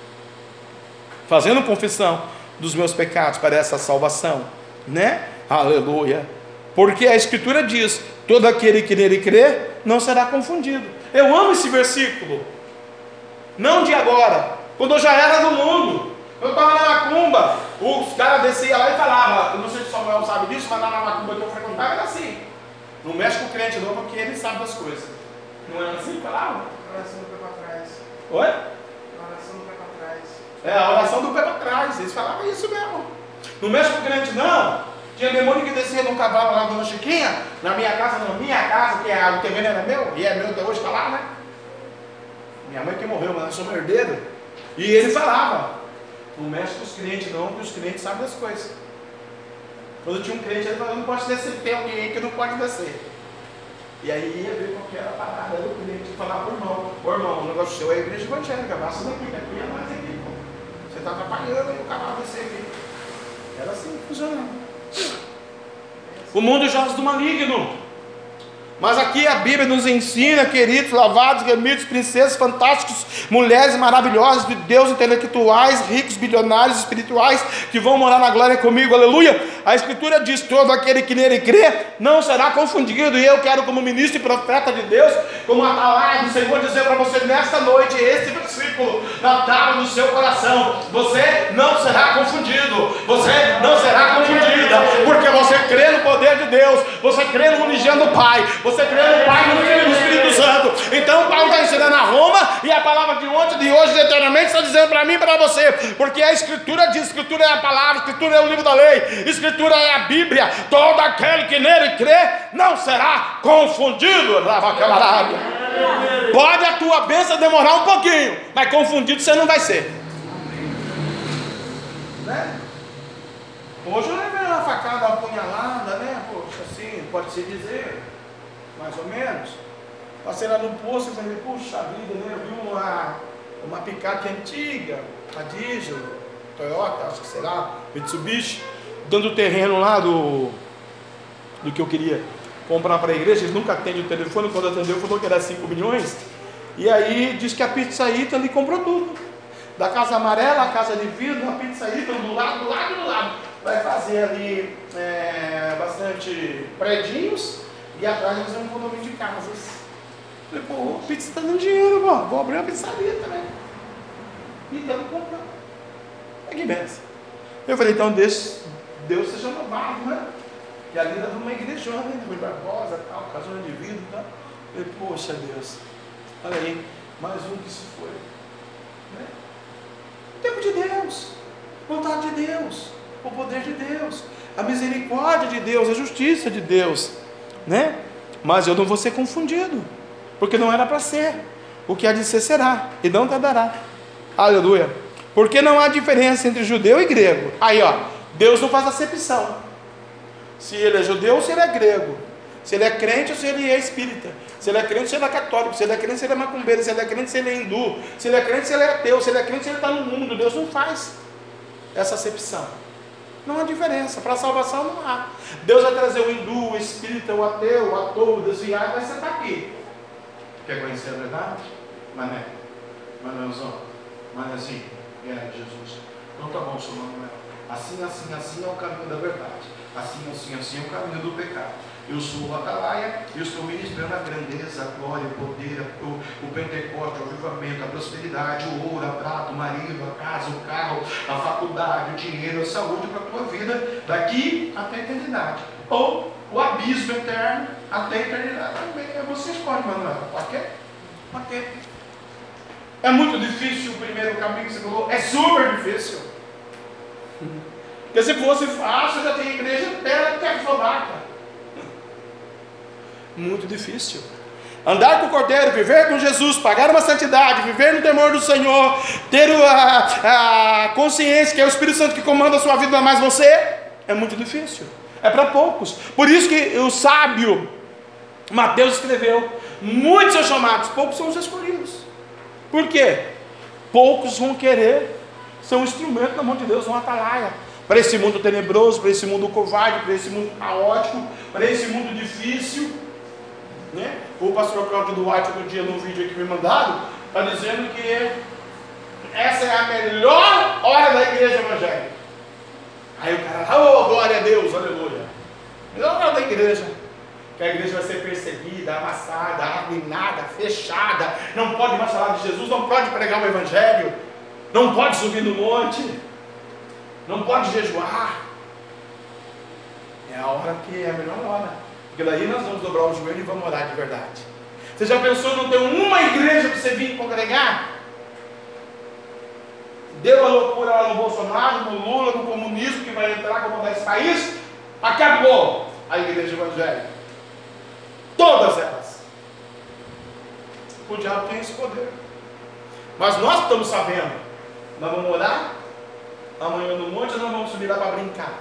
Fazendo confissão dos meus pecados para essa salvação, né? Aleluia. Porque a Escritura diz: todo aquele que nele crê não será confundido. Eu amo esse versículo. Não de agora, quando eu já era do mundo. Eu estava na macumba, os caras desciam lá e falavam, eu não sei se o Samuel sabe disso, mas na macumba que eu frequentava era assim. Não mexe com o crente não, porque ele sabe das coisas. Não era assim que falava? Oração do pé para trás. Oi? Oração do pé para trás. É, a oração do pé para trás, eles falavam isso mesmo. Não mexe com o crente não. Tinha demônio que descia num cavalo lá, dona Chiquinha, na minha casa, na minha casa, que é, o terreno era meu, e é meu até hoje, está lá, né? Minha mãe que morreu, mas eu sou meu herdeiro. E ele falava, não mexe com os crentes não, porque os crentes sabem das coisas. Quando tinha um crente, ele falava, não pode descer, tem alguém que não pode descer. E aí ia ver qual que era a parada do crente, e falava pro irmão, ô irmão, o negócio seu é a igreja evangélica, basta daqui, daqui é mais aqui, pô. Você está atrapalhando aí o cavalo descer aqui. Era assim que funcionava. O mundo jaz do maligno. Mas aqui a Bíblia nos ensina, queridos, lavados, remidos, princesas fantásticos, mulheres maravilhosas de Deus, intelectuais, ricos, bilionários, espirituais, que vão morar na glória comigo, aleluia. A Escritura diz, todo aquele que nele crê, não será confundido. E eu quero, como ministro e profeta de Deus, como atalaia do Senhor, dizer para você nesta noite, esse versículo, natado no seu coração, você não será confundido, você não será confundida, porque você crê no poder de Deus, você crê no unigênito do Pai, você crê no Pai, no Filho e no Espírito Santo. Então Paulo está ensinando a Roma, e a palavra de ontem ontem, de hoje, de eternamente, está dizendo para mim e para você, porque a Escritura diz, Escritura é a palavra, Escritura é o livro da lei, Escritura é a Bíblia, todo aquele que nele crê, não será confundido. Pode a tua bênção demorar um pouquinho, mas confundido você não vai ser. Né? Hoje eu levei uma facada, uma punhalada, né? Poxa, assim, pode-se dizer, mais ou menos. Passei lá no posto e falei, puxa vida, né? Eu vi uma, uma picape antiga, a diesel, Toyota, acho que sei lá, Mitsubishi, dando terreno lá do, do que eu queria comprar para a igreja. Ele nunca atende o telefone, quando atendeu falou que era cinco milhões. E aí disse que a Pizza Italy comprou tudo. Da Casa Amarela, a Casa de Vidro, a Pizza Italy, do lado, do lado, do lado. Vai fazer ali é, bastante predinhos e atrás vai fazer um condomínio de casas. Falei, pô, a pizza está dando dinheiro, pô. Vou abrir uma pizzaria também. E estamos comprando. É que benção. Eu falei, então Deus, Deus seja louvado, né? E ali era uma igrejona, né? Foi Barbosa, tal, casona de vidro e tal. Eu falei, poxa Deus, olha aí, mais um que se foi. Né? O tempo de Deus, vontade de Deus, o poder de Deus, a misericórdia de Deus, a justiça de Deus, né? Mas eu não vou ser confundido, porque não era para ser. O que há de ser será, e não tardará. Aleluia. Porque não há diferença entre judeu e grego. Aí ó, Deus não faz acepção. Se ele é judeu ou se ele é grego, se ele é crente ou se ele é espírita, se ele é crente ou se ele é católico, se ele é crente ou se ele é macumbeiro, se ele é crente ou se ele é hindu, se ele é crente ou se ele é ateu, se ele é crente ou se ele está no mundo. Deus não faz essa acepção. Não há diferença, para a salvação não há. Deus vai trazer o hindu, o espírita, o ateu, o ator, o desviado, mas você está aqui. Quer conhecer a verdade? Mané, Manuelzão, Manézinho, é Jesus. Então tá bom, senhor Manuel. Assim, assim, assim é o caminho da verdade. Assim, assim, assim é o caminho do pecado. Eu sou o Atalaia e eu estou ministrando a grandeza, a glória, o poder, o, o Pentecoste, o avivamento, a prosperidade, o ouro, a prata, o marido, a casa, o carro, a faculdade, o dinheiro, a saúde para a tua vida daqui até a eternidade. Ou o abismo eterno até a eternidade também. Você escolhe, Manuel. Pode quê? Pode quê? É muito difícil o primeiro caminho que você falou. É super difícil. Porque se fosse fácil, já tem igreja até Tchecoslováquia. Muito difícil. Andar com o Cordeiro, viver com Jesus, pagar uma santidade, viver no temor do Senhor, ter a, a consciência que é o Espírito Santo que comanda a sua vida, mais você, é muito difícil. É para poucos. Por isso que o sábio Mateus escreveu: muitos são chamados, poucos são os escolhidos. Por quê? Poucos vão querer ser um instrumento na mão de Deus, uma atalaia, para esse mundo tenebroso, para esse mundo covarde, para esse mundo caótico, para esse mundo difícil, né? O pastor Cláudio Duarte, outro dia, no vídeo aqui me mandaram, está dizendo que essa é a melhor hora da igreja evangélica. Aí o cara, oh, glória a Deus, aleluia. Melhor hora da igreja. Que a igreja vai ser perseguida, amassada, arruinada, fechada, não pode mais falar de Jesus, não pode pregar o evangelho, não pode subir no monte, não pode jejuar. É a hora que é a melhor hora, porque daí nós vamos dobrar o joelho e vamos orar de verdade. Você já pensou em não ter uma igreja para você vir congregar? Deu a loucura lá no Bolsonaro, no Lula, no comunismo que vai entrar, comandar esse país, acabou a igreja evangélica. Todas elas. O diabo tem esse poder. Mas nós estamos sabendo. Nós vamos orar amanhã no monte, ou nós vamos subir lá para brincar?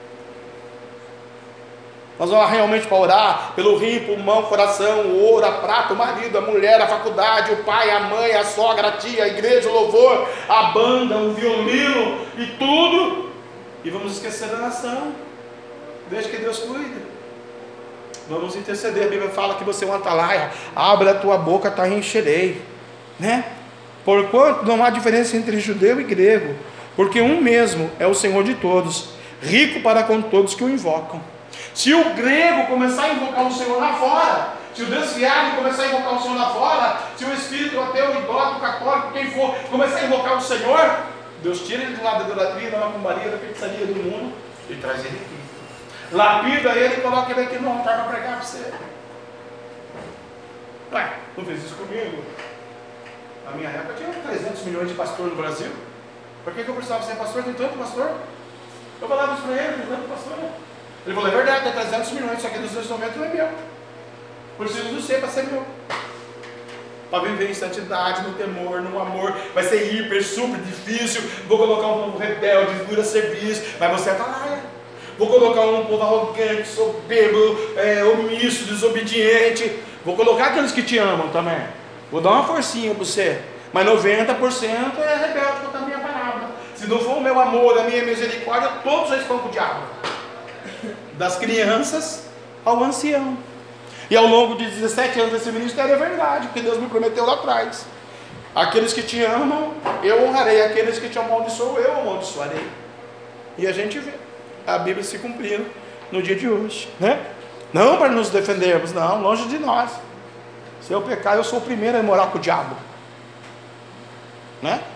Nós vamos lá realmente para orar pelo rim, pulmão, coração, o ouro, a prata, o marido, a mulher, a faculdade, o pai, a mãe, a sogra, a tia, a igreja, o louvor, a banda, o violino e tudo. E vamos esquecer da nação. Deixa que Deus cuida. Vamos interceder. A Bíblia fala que você é um atalaia. Abre a tua boca, tá, encherei, né? Porquanto não há diferença entre judeu e grego, porque um mesmo é o Senhor de todos, rico para com todos que o invocam. Se o grego começar a invocar o Senhor lá fora, se o desviado começar a invocar o Senhor lá fora, se o espírito ateu, o idólatra, o católico, quem for, começar a invocar o Senhor, Deus tira ele do lado da idolatria, da macumbaria, da feitiçaria do mundo e traz ele aqui. Lapida ele e coloca ele aqui no altar para pregar para você. Ué, não fez isso comigo? Na minha época tinha trezentos trezentos milhões de pastor no Brasil? Por que, que eu precisava ser pastor? Tem tanto pastor? Eu falava isso para ele, tem tanto pastor. Ele falou, é verdade, tem trezentos milhões, só que duzentos e noventa não é meu. Preciso do ser para ser meu. Para viver em santidade, no temor, no amor. Vai ser hiper, super difícil. Vou colocar um povo rebelde, dura serviço, mas você é atalaia. Vou colocar um povo arrogante, soberbo, é, omisso, desobediente. Vou colocar aqueles que te amam também. Vou dar uma forcinha para você. Mas noventa por cento é rebelde contra a minha palavra. Se não for o meu amor, a minha misericórdia, todos eles estão com o diabo. Das crianças ao ancião. E ao longo de dezessete anos desse ministério é verdade, porque Deus me prometeu lá atrás. Aqueles que te amam, eu honrarei. Aqueles que te amaldiçoam, eu amaldiçoarei. E a gente vê a Bíblia se cumprindo no dia de hoje, né? Não para nos defendermos, não, longe de nós. Se eu pecar, eu sou o primeiro a morar com o diabo, né?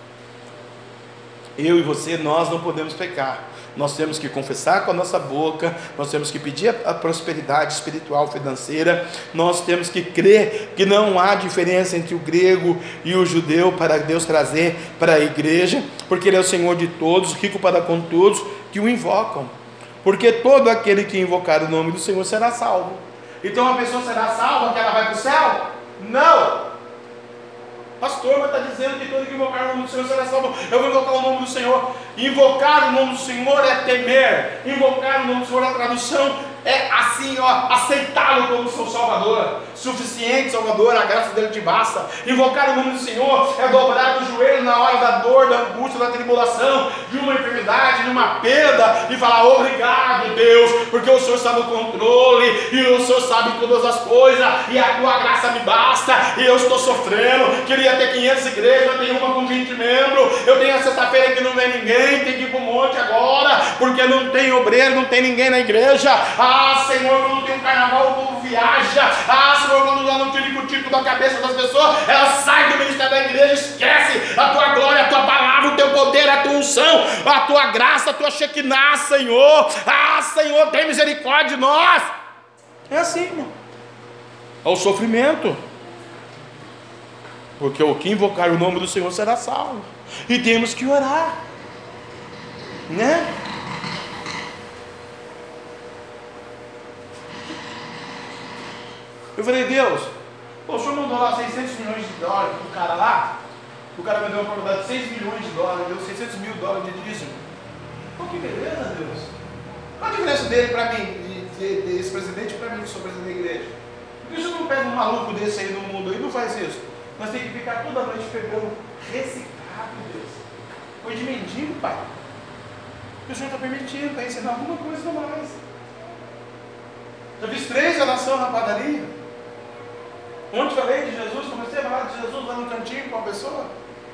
Eu e você, nós não podemos pecar. Nós temos que confessar com a nossa boca, nós temos que pedir a, a prosperidade espiritual, financeira, nós temos que crer que não há diferença entre o grego e o judeu para Deus trazer para a igreja, porque Ele é o Senhor de todos, rico para com todos que o invocam, porque todo aquele que invocar o nome do Senhor será salvo. Então a pessoa será salva que ela vai para o céu? Não! Pastor, mas está dizendo que todo que invocar o nome do Senhor será salvo. Eu vou invocar o nome do Senhor. Invocar o nome do Senhor é temer. Invocar o nome do Senhor, a tradução é assim, ó, aceitá-lo como seu Salvador. Suficiente Salvador, a graça dele te basta. Invocar o nome do Senhor é dobrar o joelho na hora da dor, da angústia, da tribulação, de uma enfermidade, de uma perda, e falar, obrigado Deus, porque o Senhor está no controle, e o Senhor sabe todas as coisas, e a tua graça me basta, e eu estou sofrendo. Queria ter quinhentas igrejas, eu tenho uma com vinte membros, eu tenho a sexta-feira que não vem ninguém, tem que ir para o monte agora, porque não tem obreiro, não tem ninguém na igreja. Ah, Senhor, quando tem um carnaval, o povo viaja. Ah, Senhor, quando já não tira o tico da cabeça das pessoas, ela sai do ministério da igreja, esquece a tua glória, a tua palavra, o teu poder, a tua unção, a tua graça, a tua Shekinah, Senhor. Ah, Senhor, tem misericórdia de nós. É assim, irmão. É o sofrimento. Porque o que invocar o nome do Senhor será salvo. E temos que orar, né? Eu falei, Deus, pô, o Senhor mandou lá seiscentos milhões de dólares pro cara lá, o cara me deu uma propriedade de seis milhões de dólares, deu seiscentos mil dólares de dízimo. Pô, que beleza, Deus. Qual a diferença dele para mim, de, de, de esse presidente, para mim que sou presidente da igreja? Por que o Senhor não pega um maluco desse aí no mundo aí e não faz isso? Nós temos que ficar toda noite pegando reciclado, Deus. Coisa de mendigo, pai. O Senhor está permitindo, está ensinando alguma coisa a mais. Já fiz três relações na padaria. Ontem falei de Jesus, comecei a falar de Jesus lá no cantinho com uma pessoa.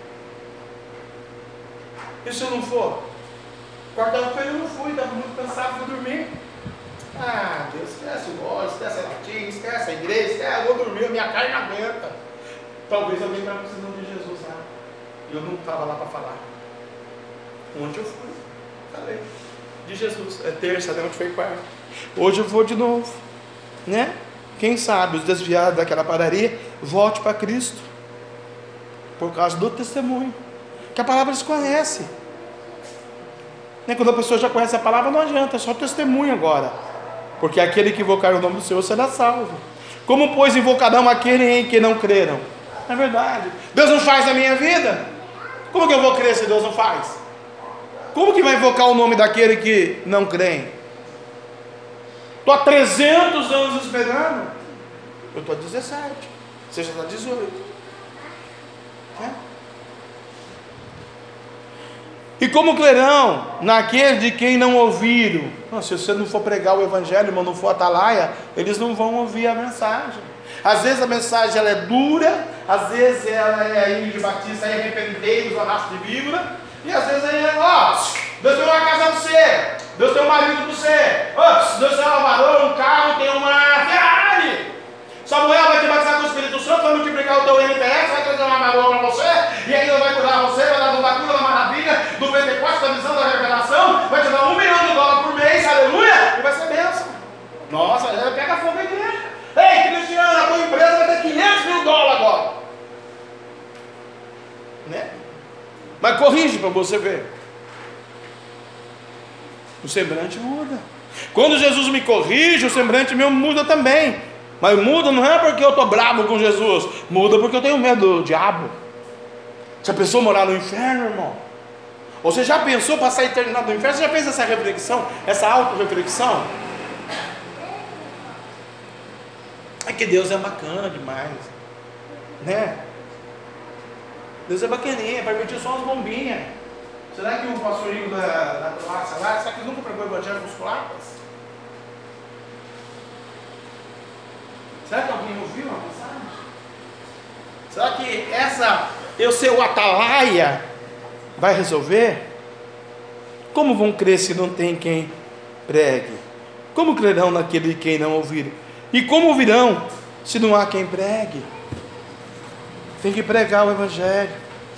E se eu não for? Quarta-feira eu não fui, estava muito cansado, fui dormir. Ah, Deus, esquece o óleo, esquece a latinha, esquece a igreja, esquece, eu vou dormir, minha carne não aguenta. Talvez alguém estava precisando de Jesus, sabe? E eu não estava lá para falar. Ontem eu fui, falei de Jesus. É terça, né? Ontem foi quarta. Hoje eu vou de novo, né? Quem sabe os desviados daquela padaria volte para Cristo por causa do testemunho, que a palavra eles conhecem, né? Quando a pessoa já conhece a palavra, não adianta, é só testemunho agora, porque aquele que invocar o nome do Senhor será salvo. Como pois invocarão aquele em que não creram? É verdade. Deus não faz na minha vida? Como que eu vou crer se Deus não faz? Como que vai invocar o nome daquele que não crê? Estou há trezentos anos esperando. Eu estou há dezessete. Você já está há dezoito. É? E como crerão naquele de quem não ouviram? Não, se você não for pregar o evangelho, irmão, não for atalaia, eles não vão ouvir a mensagem. Às vezes a mensagem ela é dura, às vezes ela é aí de batista, aí arrependei dos arrastos de víbora, e às vezes é, ó, Deus tem uma casa para você, Deus tem um marido para você, ó, Deus tem uma varão, um carro, tem uma Ferrari. Samuel vai te batizar com o Espírito Santo, vai multiplicar o teu N P S, vai trazer uma varão para você, e aí Deus vai curar você, vai dar da cura, da maravilha, do Pentecostes, da visão, da revelação, vai te dar um milhão de dólares por mês, aleluia, e vai ser bênção. Nossa, pega fogo a igreja. Ei, Cristiano, a tua empresa vai ter quinhentos mil dólares agora. né? Mas corrige para você ver. O semblante muda. Quando Jesus me corrige, o semblante meu muda também. Mas muda não é porque eu estou bravo com Jesus, muda porque eu tenho medo do diabo. Se a pessoa morar no inferno, irmão, você já pensou passar a eternidade no inferno? Você já fez essa reflexão, essa auto-reflexão? É que Deus é bacana demais, né? Deus é bacaninha, permitiu só umas bombinhas. Será que o pastorinho da, da Croácia lá, será que ele nunca pregou o evangelho com os polacos? Será que alguém ouviu uma mensagem? Será que essa, eu ser o atalaia, vai resolver? Como vão crer se não tem quem pregue? Como crerão naquele de quem não ouviram? E como ouvirão se não há quem pregue? Tem que pregar o evangelho.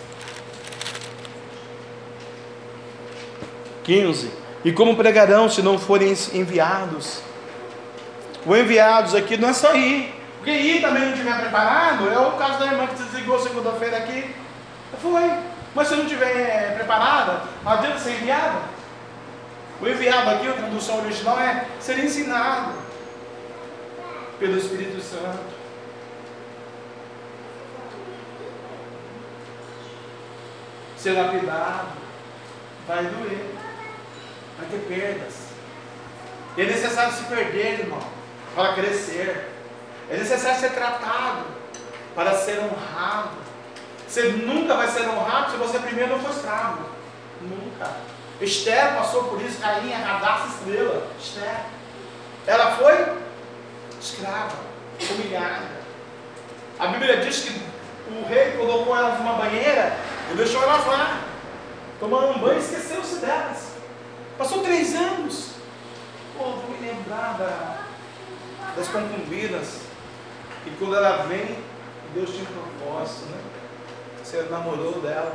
quinze. E como pregarão se não forem enviados? O enviados aqui não é só ir, porque ir também não estiver preparado, é o caso da irmã que se desligou segunda-feira aqui. Foi, mas se não estiver preparada, adianta ser enviada. O enviado aqui, a tradução original é ser ensinado pelo Espírito Santo. Ser lapidado, vai doer, vai ter perdas. É necessário se perder, irmão, para crescer. É necessário ser tratado para ser honrado. Você nunca vai ser honrado se você primeiro não for escravo. Nunca. Esther passou por isso, rainha, Radassa, estrela. Esther. Ela foi escrava, humilhada. A Bíblia diz que o rei colocou elas numa banheira e deixou elas lá, tomando um banho e esqueceu-se delas. Passou três anos. Pô, vou me lembrar da, das concubinas. E quando ela vem, Deus tinha um propósito, né? Você namorou dela.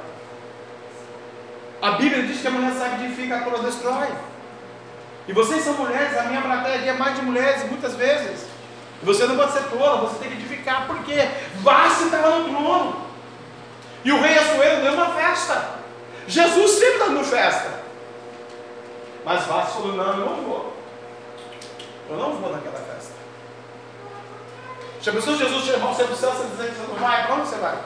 A Bíblia diz que a mulher sacrifica, a tola destrói. E vocês são mulheres, a minha plateia aqui é mais de mulheres, muitas vezes. E você não pode ser tola, você tem que edificar. Por quê? Vá-se estava no trono. E o rei Assuero deu uma festa. Jesus sempre está dando festa. Mas Vasti falou, não, eu não vou. Eu não vou naquela festa. Já pensou Jesus te levar você para o céu, você dizer que você não vai? Para onde você vai?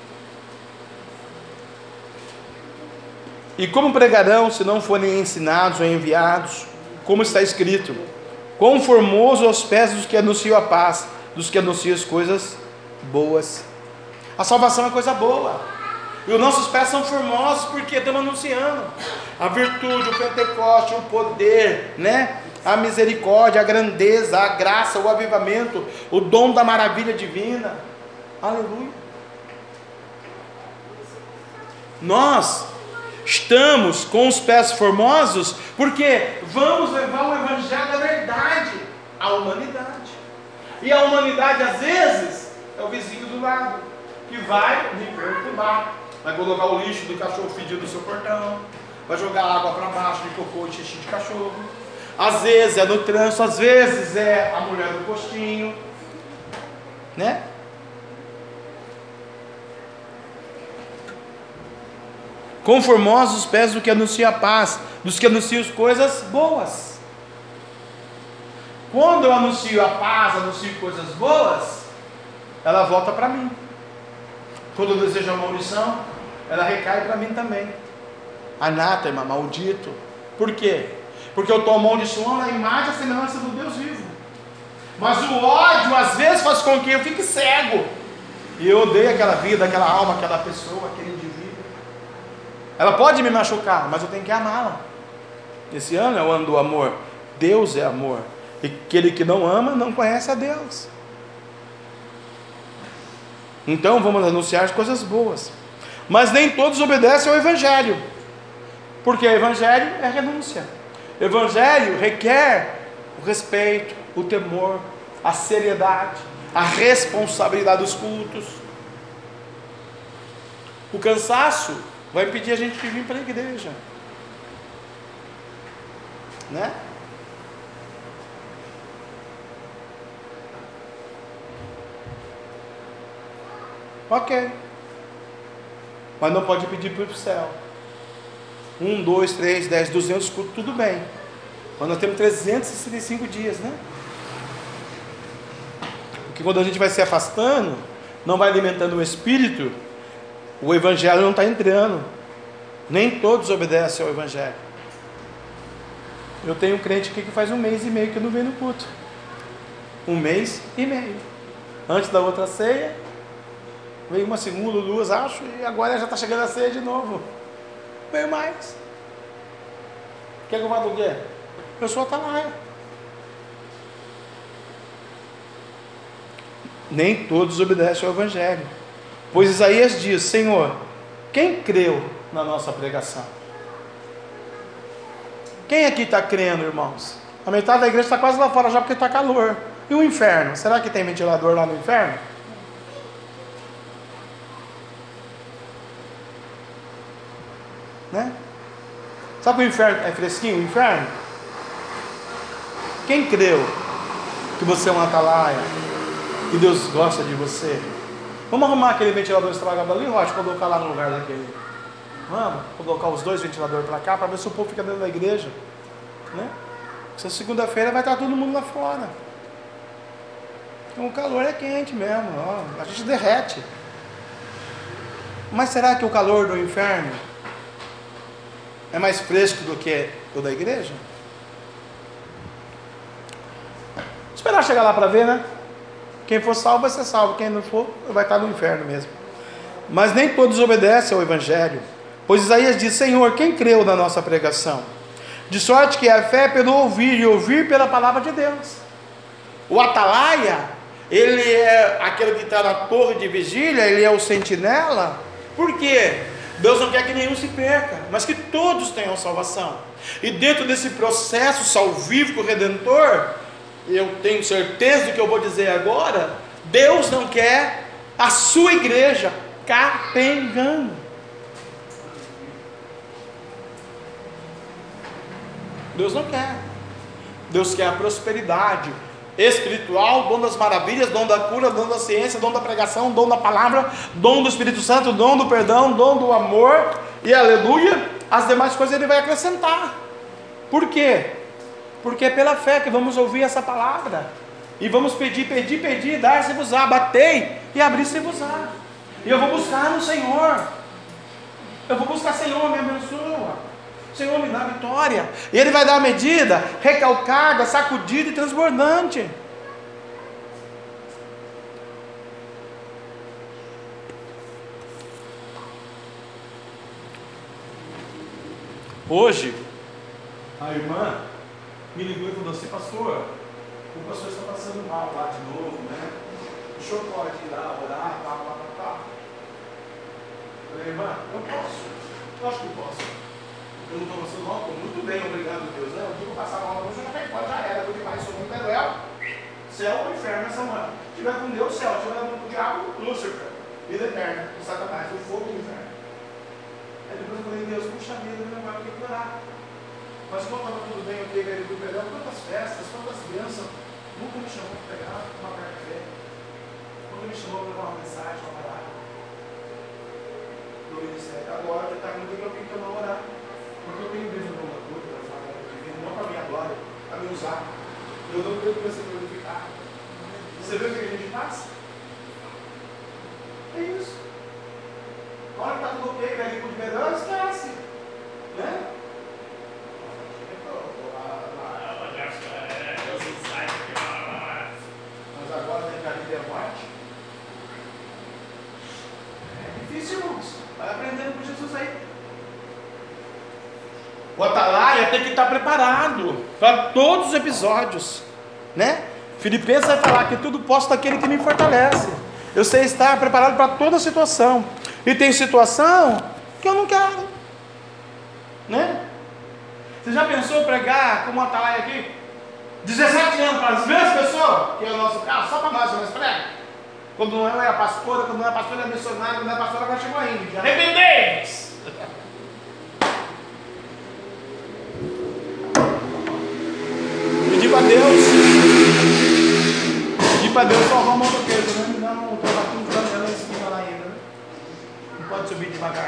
E como pregarão se não forem ensinados ou enviados? Como está escrito: quão formoso aos pés dos que anunciam a paz, dos que anunciam as coisas boas. A salvação é coisa boa. E os nossos pés são formosos porque estamos anunciando a virtude, o Pentecoste, o poder, né? A misericórdia, a grandeza, a graça, o avivamento, o dom da maravilha divina. Aleluia. Nós estamos com os pés formosos porque vamos levar o evangelho da verdade à humanidade. E a humanidade às vezes é o vizinho do lado que vai me perturbar, vai colocar o lixo do cachorro fedido no seu portão, vai jogar água para baixo de cocô e xixi de cachorro. Às vezes é no trânsito, às vezes é a mulher do postinho, né? Conformosos os pés do que anuncia a paz, dos que anunciam as coisas boas. Quando eu anuncio a paz, anuncio coisas boas, ela volta para mim. Quando eu desejo a maldição, ela recai para mim também. Anátema, maldito. Por quê? Porque eu estou amaldiçoando a imagem e a semelhança do Deus vivo. Mas o ódio às vezes faz com que eu fique cego. E eu odeio aquela vida, aquela alma, aquela pessoa, aquele indivíduo. Ela pode me machucar, mas eu tenho que amá-la. Esse ano é o ano do amor. Deus é amor. E aquele que não ama não conhece a Deus. Então vamos anunciar as coisas boas. Mas nem todos obedecem ao Evangelho. Porque o Evangelho é renúncia. O Evangelho requer o respeito, o temor, a seriedade, a responsabilidade dos cultos. O cansaço vai impedir a gente de vir para a igreja, né? Ok. mas não pode pedir para o céu. Um, dois, três, dez, duzentos cultos, tudo bem. Mas nós temos trezentos e sessenta e cinco dias, né? Porque quando a gente vai se afastando, não vai alimentando o Espírito, o Evangelho não está entrando. Nem todos obedecem ao Evangelho. Eu tenho um crente aqui que faz um mês e meio que não vem no culto. Um mês e meio. Antes da outra ceia, veio uma segunda, duas, acho, e agora já está chegando a ceia de novo. Veio mais. Quer que eu fale o quê? Eu sou atalaia. Nem todos obedecem ao Evangelho. Pois Isaías diz: Senhor, quem creu na nossa pregação? Quem aqui está crendo, irmãos? A metade da igreja está quase lá fora já porque está calor. E o inferno? Será que tem ventilador lá no inferno? Né? Sabe que o inferno é fresquinho? O inferno? Quem creu que você é um atalaia, que Deus gosta de você? Vamos arrumar aquele ventilador estragado ali, Rocha, colocar lá no lugar daquele. Vamos colocar os dois ventiladores para cá, para ver se o povo fica dentro da igreja, né? Essa segunda-feira vai estar todo mundo lá fora. Então, o calor é quente mesmo, ó, a gente derrete. Mas será que o calor do inferno é mais fresco do que o da igreja? Esperar chegar lá para ver, né? Quem for salvo vai ser salvo, quem não for vai estar no inferno mesmo. Mas nem todos obedecem ao Evangelho. Pois Isaías diz: Senhor, quem creu na nossa pregação? De sorte que a fé é pelo ouvir, e ouvir pela palavra de Deus. O atalaia, ele é aquele que está na torre de vigília, ele é o sentinela. Por quê? Deus não quer que nenhum se perca, mas que todos tenham salvação. E dentro desse processo salvífico redentor, eu tenho certeza do que eu vou dizer agora, Deus não quer a sua igreja capengando. Deus não quer. Deus quer a prosperidade espiritual, dom das maravilhas, dom da cura, dom da ciência, dom da pregação, dom da palavra, dom do Espírito Santo, dom do perdão, dom do amor, e aleluia, as demais coisas Ele vai acrescentar. Por quê? Porque é pela fé que vamos ouvir essa palavra, e vamos pedir, pedir, pedir, dar-se-vos-á, batei e abrir-se-vos-á. E eu vou buscar no Senhor, eu vou buscar, Senhor, me abençoa, Senhor, me dá vitória. E Ele vai dar a medida recalcada, sacudida e transbordante. Hoje, a irmã me ligou e falou assim: pastor, o pastor está passando mal lá de novo, né? O senhor pode ir lá orar, tá, tá, tá, tá. Eu falei: irmã, eu posso, eu acho que eu posso. Eu não estou passando mal, estou muito bem, obrigado a Deus, né? O dia que eu passar mal, eu já até pode, já era, porque mais sou muito Beruel, céu ou inferno nessa manhã. Se tiver com Deus, céu, se tiver com o diabo, Lúcifer, vida eterna, o Satanás, o fogo do inferno. Aí depois eu falei: Deus, puxa vida, meu irmão, eu tenho que orar. Mas quando estava tudo bem, eu peguei ele do perdão, quantas festas, quantas bênçãos, nunca me chamou para pegar uma café, nunca me chamou para levar uma mensagem, uma palavra do ministério. Agora ele está comigo, eu tenho que não orar. Porque eu tenho mesmo uma coisa para falar divino, não para a minha glória, para me usar. Eu não creio que vai ser glorificado. Você vê o que a gente faz? É isso. Na hora que está tudo ok, vai vir com o verão, esquece. Né? Mas agora tem que a morte. É difícil, irmãos. Vai aprendendo com Jesus aí. O atalaia tem que estar preparado para todos os episódios, né? Filipenses vai falar que tudo posso daquele que me fortalece. Eu sei estar preparado para toda situação. E tem situação que eu não quero, né? Você já pensou pregar como um atalaia aqui? dezessete anos para as mesmas pessoas, que é o nosso caso, só para nós, nós prega. Quando não é a pastora, quando não é a pastora, é missionária, quando não é a pastora, agora chegou a Índia. Arrependei-vos! Pedir para Deus, pedir para Deus salvar o motoqueiro, né? Me dá um trabalho de caminhão em cima lá ainda, né? Não pode subir devagar.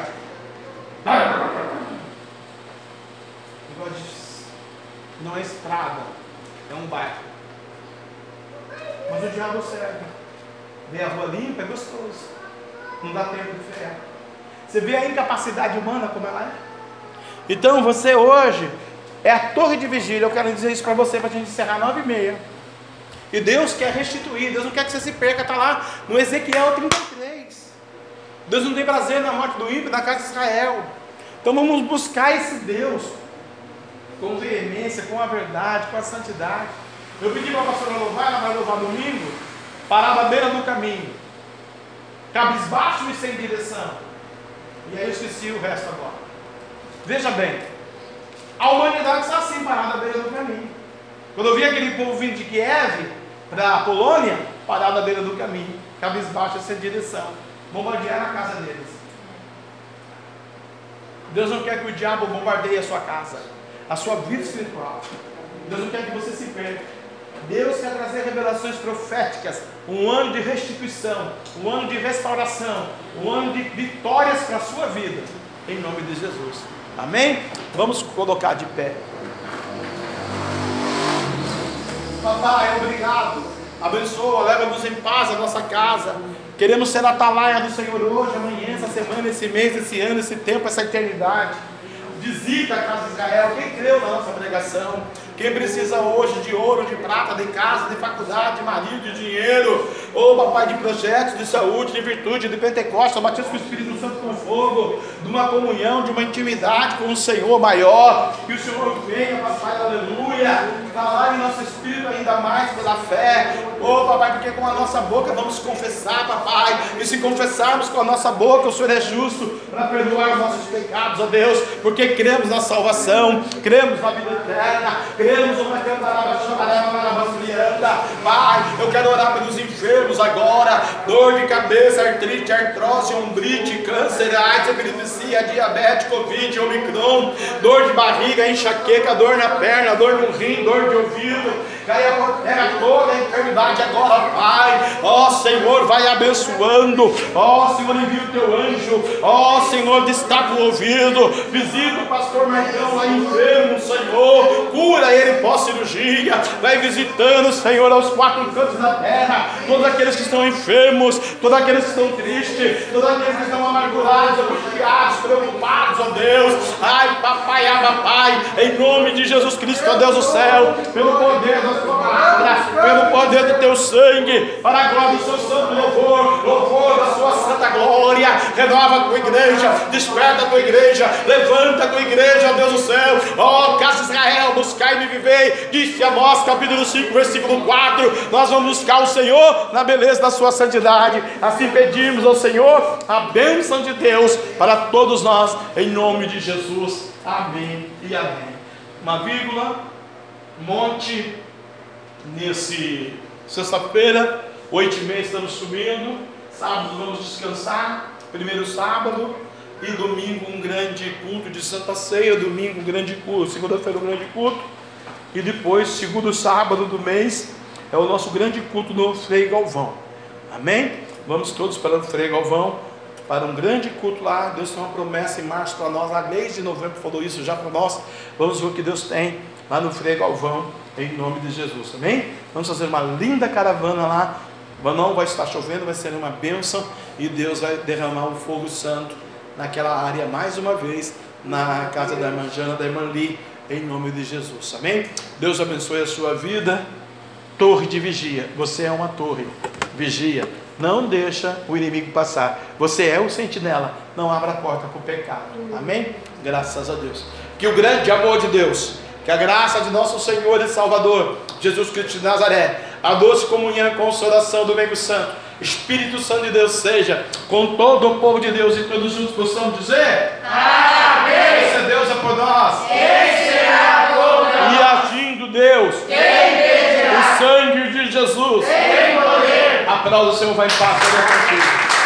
Não é estrada, é um bairro. Mas o diabo serve. Vê a rua limpa, é gostoso. Não dá tempo de frear. Você vê a incapacidade humana como ela é? Então você hoje é a torre de vigília. Eu quero dizer isso para você, para a gente encerrar nove e meia. E Deus quer restituir. Deus não quer que você se perca. Está lá no Ezequiel trinta e três. Deus não tem prazer na morte do ímpio, na casa de Israel. Então vamos buscar esse Deus com veemência, com a verdade, com a santidade. Eu pedi para a pastora louvar, ela vai louvar domingo, parada à beira do caminho, cabisbaixo e sem direção. E aí eu esqueci o resto agora. Veja bem, a humanidade está assim, parada à beira do caminho. Quando eu vi aquele povo vindo de Kiev para a Polônia, parada à beira do caminho, cabisbaixo e sem direção, bombardearam a casa deles. Deus não quer que o diabo bombardeie a sua casa, a sua vida espiritual. Deus não quer que você se perca. Deus quer trazer revelações proféticas, um ano de restituição, um ano de restauração, um ano de vitórias para a sua vida, em nome de Jesus. Amém? Vamos colocar de pé. Papai, obrigado. Abençoa, leva-nos em paz a nossa casa. Queremos ser a atalaia do Senhor hoje, amanhã, essa semana, esse mês, esse ano, esse tempo, essa eternidade. Visita a casa de Israel. Quem creu na nossa pregação, quem precisa hoje de ouro, de prata, de casa, de faculdade, de marido, de dinheiro, ou papai, de projetos, de saúde, de virtude, de Pentecostes, batismo com o Espírito Santo com fogo, de uma comunhão, de uma intimidade com o Senhor maior, que o Senhor venha, papai, aleluia, falar em nosso espírito ainda mais pela fé, oh papai, porque com a nossa boca vamos confessar, papai, e se confessarmos com a nossa boca, o Senhor é justo para perdoar os nossos pecados, ó Deus, porque cremos na salvação, cremos na vida eterna, cremos no Pai, eu quero orar pelos enfermos agora, dor de cabeça, artrite, artrose, ombrite, câncer, AIDS, epilepsia, diabetes, covid, omicron, dor de barriga, enxaqueca, dor na perna, dor no rim, dor de ouvido, pega toda a enfermidade agora, Pai, ó Senhor, vai abençoando, ó Senhor, envia o teu anjo, ó Senhor, destaca o ouvido, visita o pastor Marcão lá enfermo, Senhor, cura ele pós-cirurgia, vai visitando, Senhor, aos quatro cantos da terra, todos aqueles que estão enfermos, todos aqueles que estão tristes, todos aqueles que estão amargurados, angustiados, preocupados, ó Deus, ai papai, aba pai, em nome de Jesus Cristo, ó Deus do céu, pelo poder da tua palavra, pelo poder do teu sangue, para a glória do seu santo louvor, louvor da sua santa glória, renova a tua igreja, desperta a tua igreja, levanta a tua igreja, ó Deus do céu, ó casa de Israel, buscai-me e vivei, disse Amós capítulo cinco, versículo quatro, nós vamos buscar o Senhor na beleza da sua santidade, assim pedimos ao Senhor a bênção de Deus para todos nós, em nome de Jesus, amém e amém. Uma vírgula, monte, nesse sexta-feira, oito e meia estamos subindo, sábado vamos descansar, primeiro sábado, e domingo um grande culto de Santa Ceia, domingo um grande culto, segunda-feira um grande culto, e depois, segundo sábado do mês, é o nosso grande culto no Frei Galvão, amém? Vamos todos para o Frei Galvão, para um grande culto lá. Deus tem uma promessa em março para nós, lá mês de novembro falou isso já para nós, vamos ver o que Deus tem lá no Frei Galvão, em nome de Jesus, amém? Vamos fazer uma linda caravana lá, não vai estar chovendo, vai ser uma bênção, e Deus vai derramar o fogo santo naquela área, mais uma vez, na casa da irmã Jana, da irmã Li, em nome de Jesus, amém? Deus abençoe a sua vida. Torre de vigia, você é uma torre, vigia, não deixa o inimigo passar, você é o sentinela, não abra a porta para o pecado, amém? Graças a Deus, que o grande amor de Deus, que a graça de nosso Senhor e Salvador, Jesus Cristo de Nazaré, a doce comunhão e consolação do Meio Santo, Espírito Santo de Deus seja com todo o povo de Deus, e todos juntos possamos dizer amém. Esse Deus é por nós, quem será contra nós? E agindo Deus, quem o sangue de Jesus, quem poder. Aplauda o Senhor, vai em paz, seja contigo.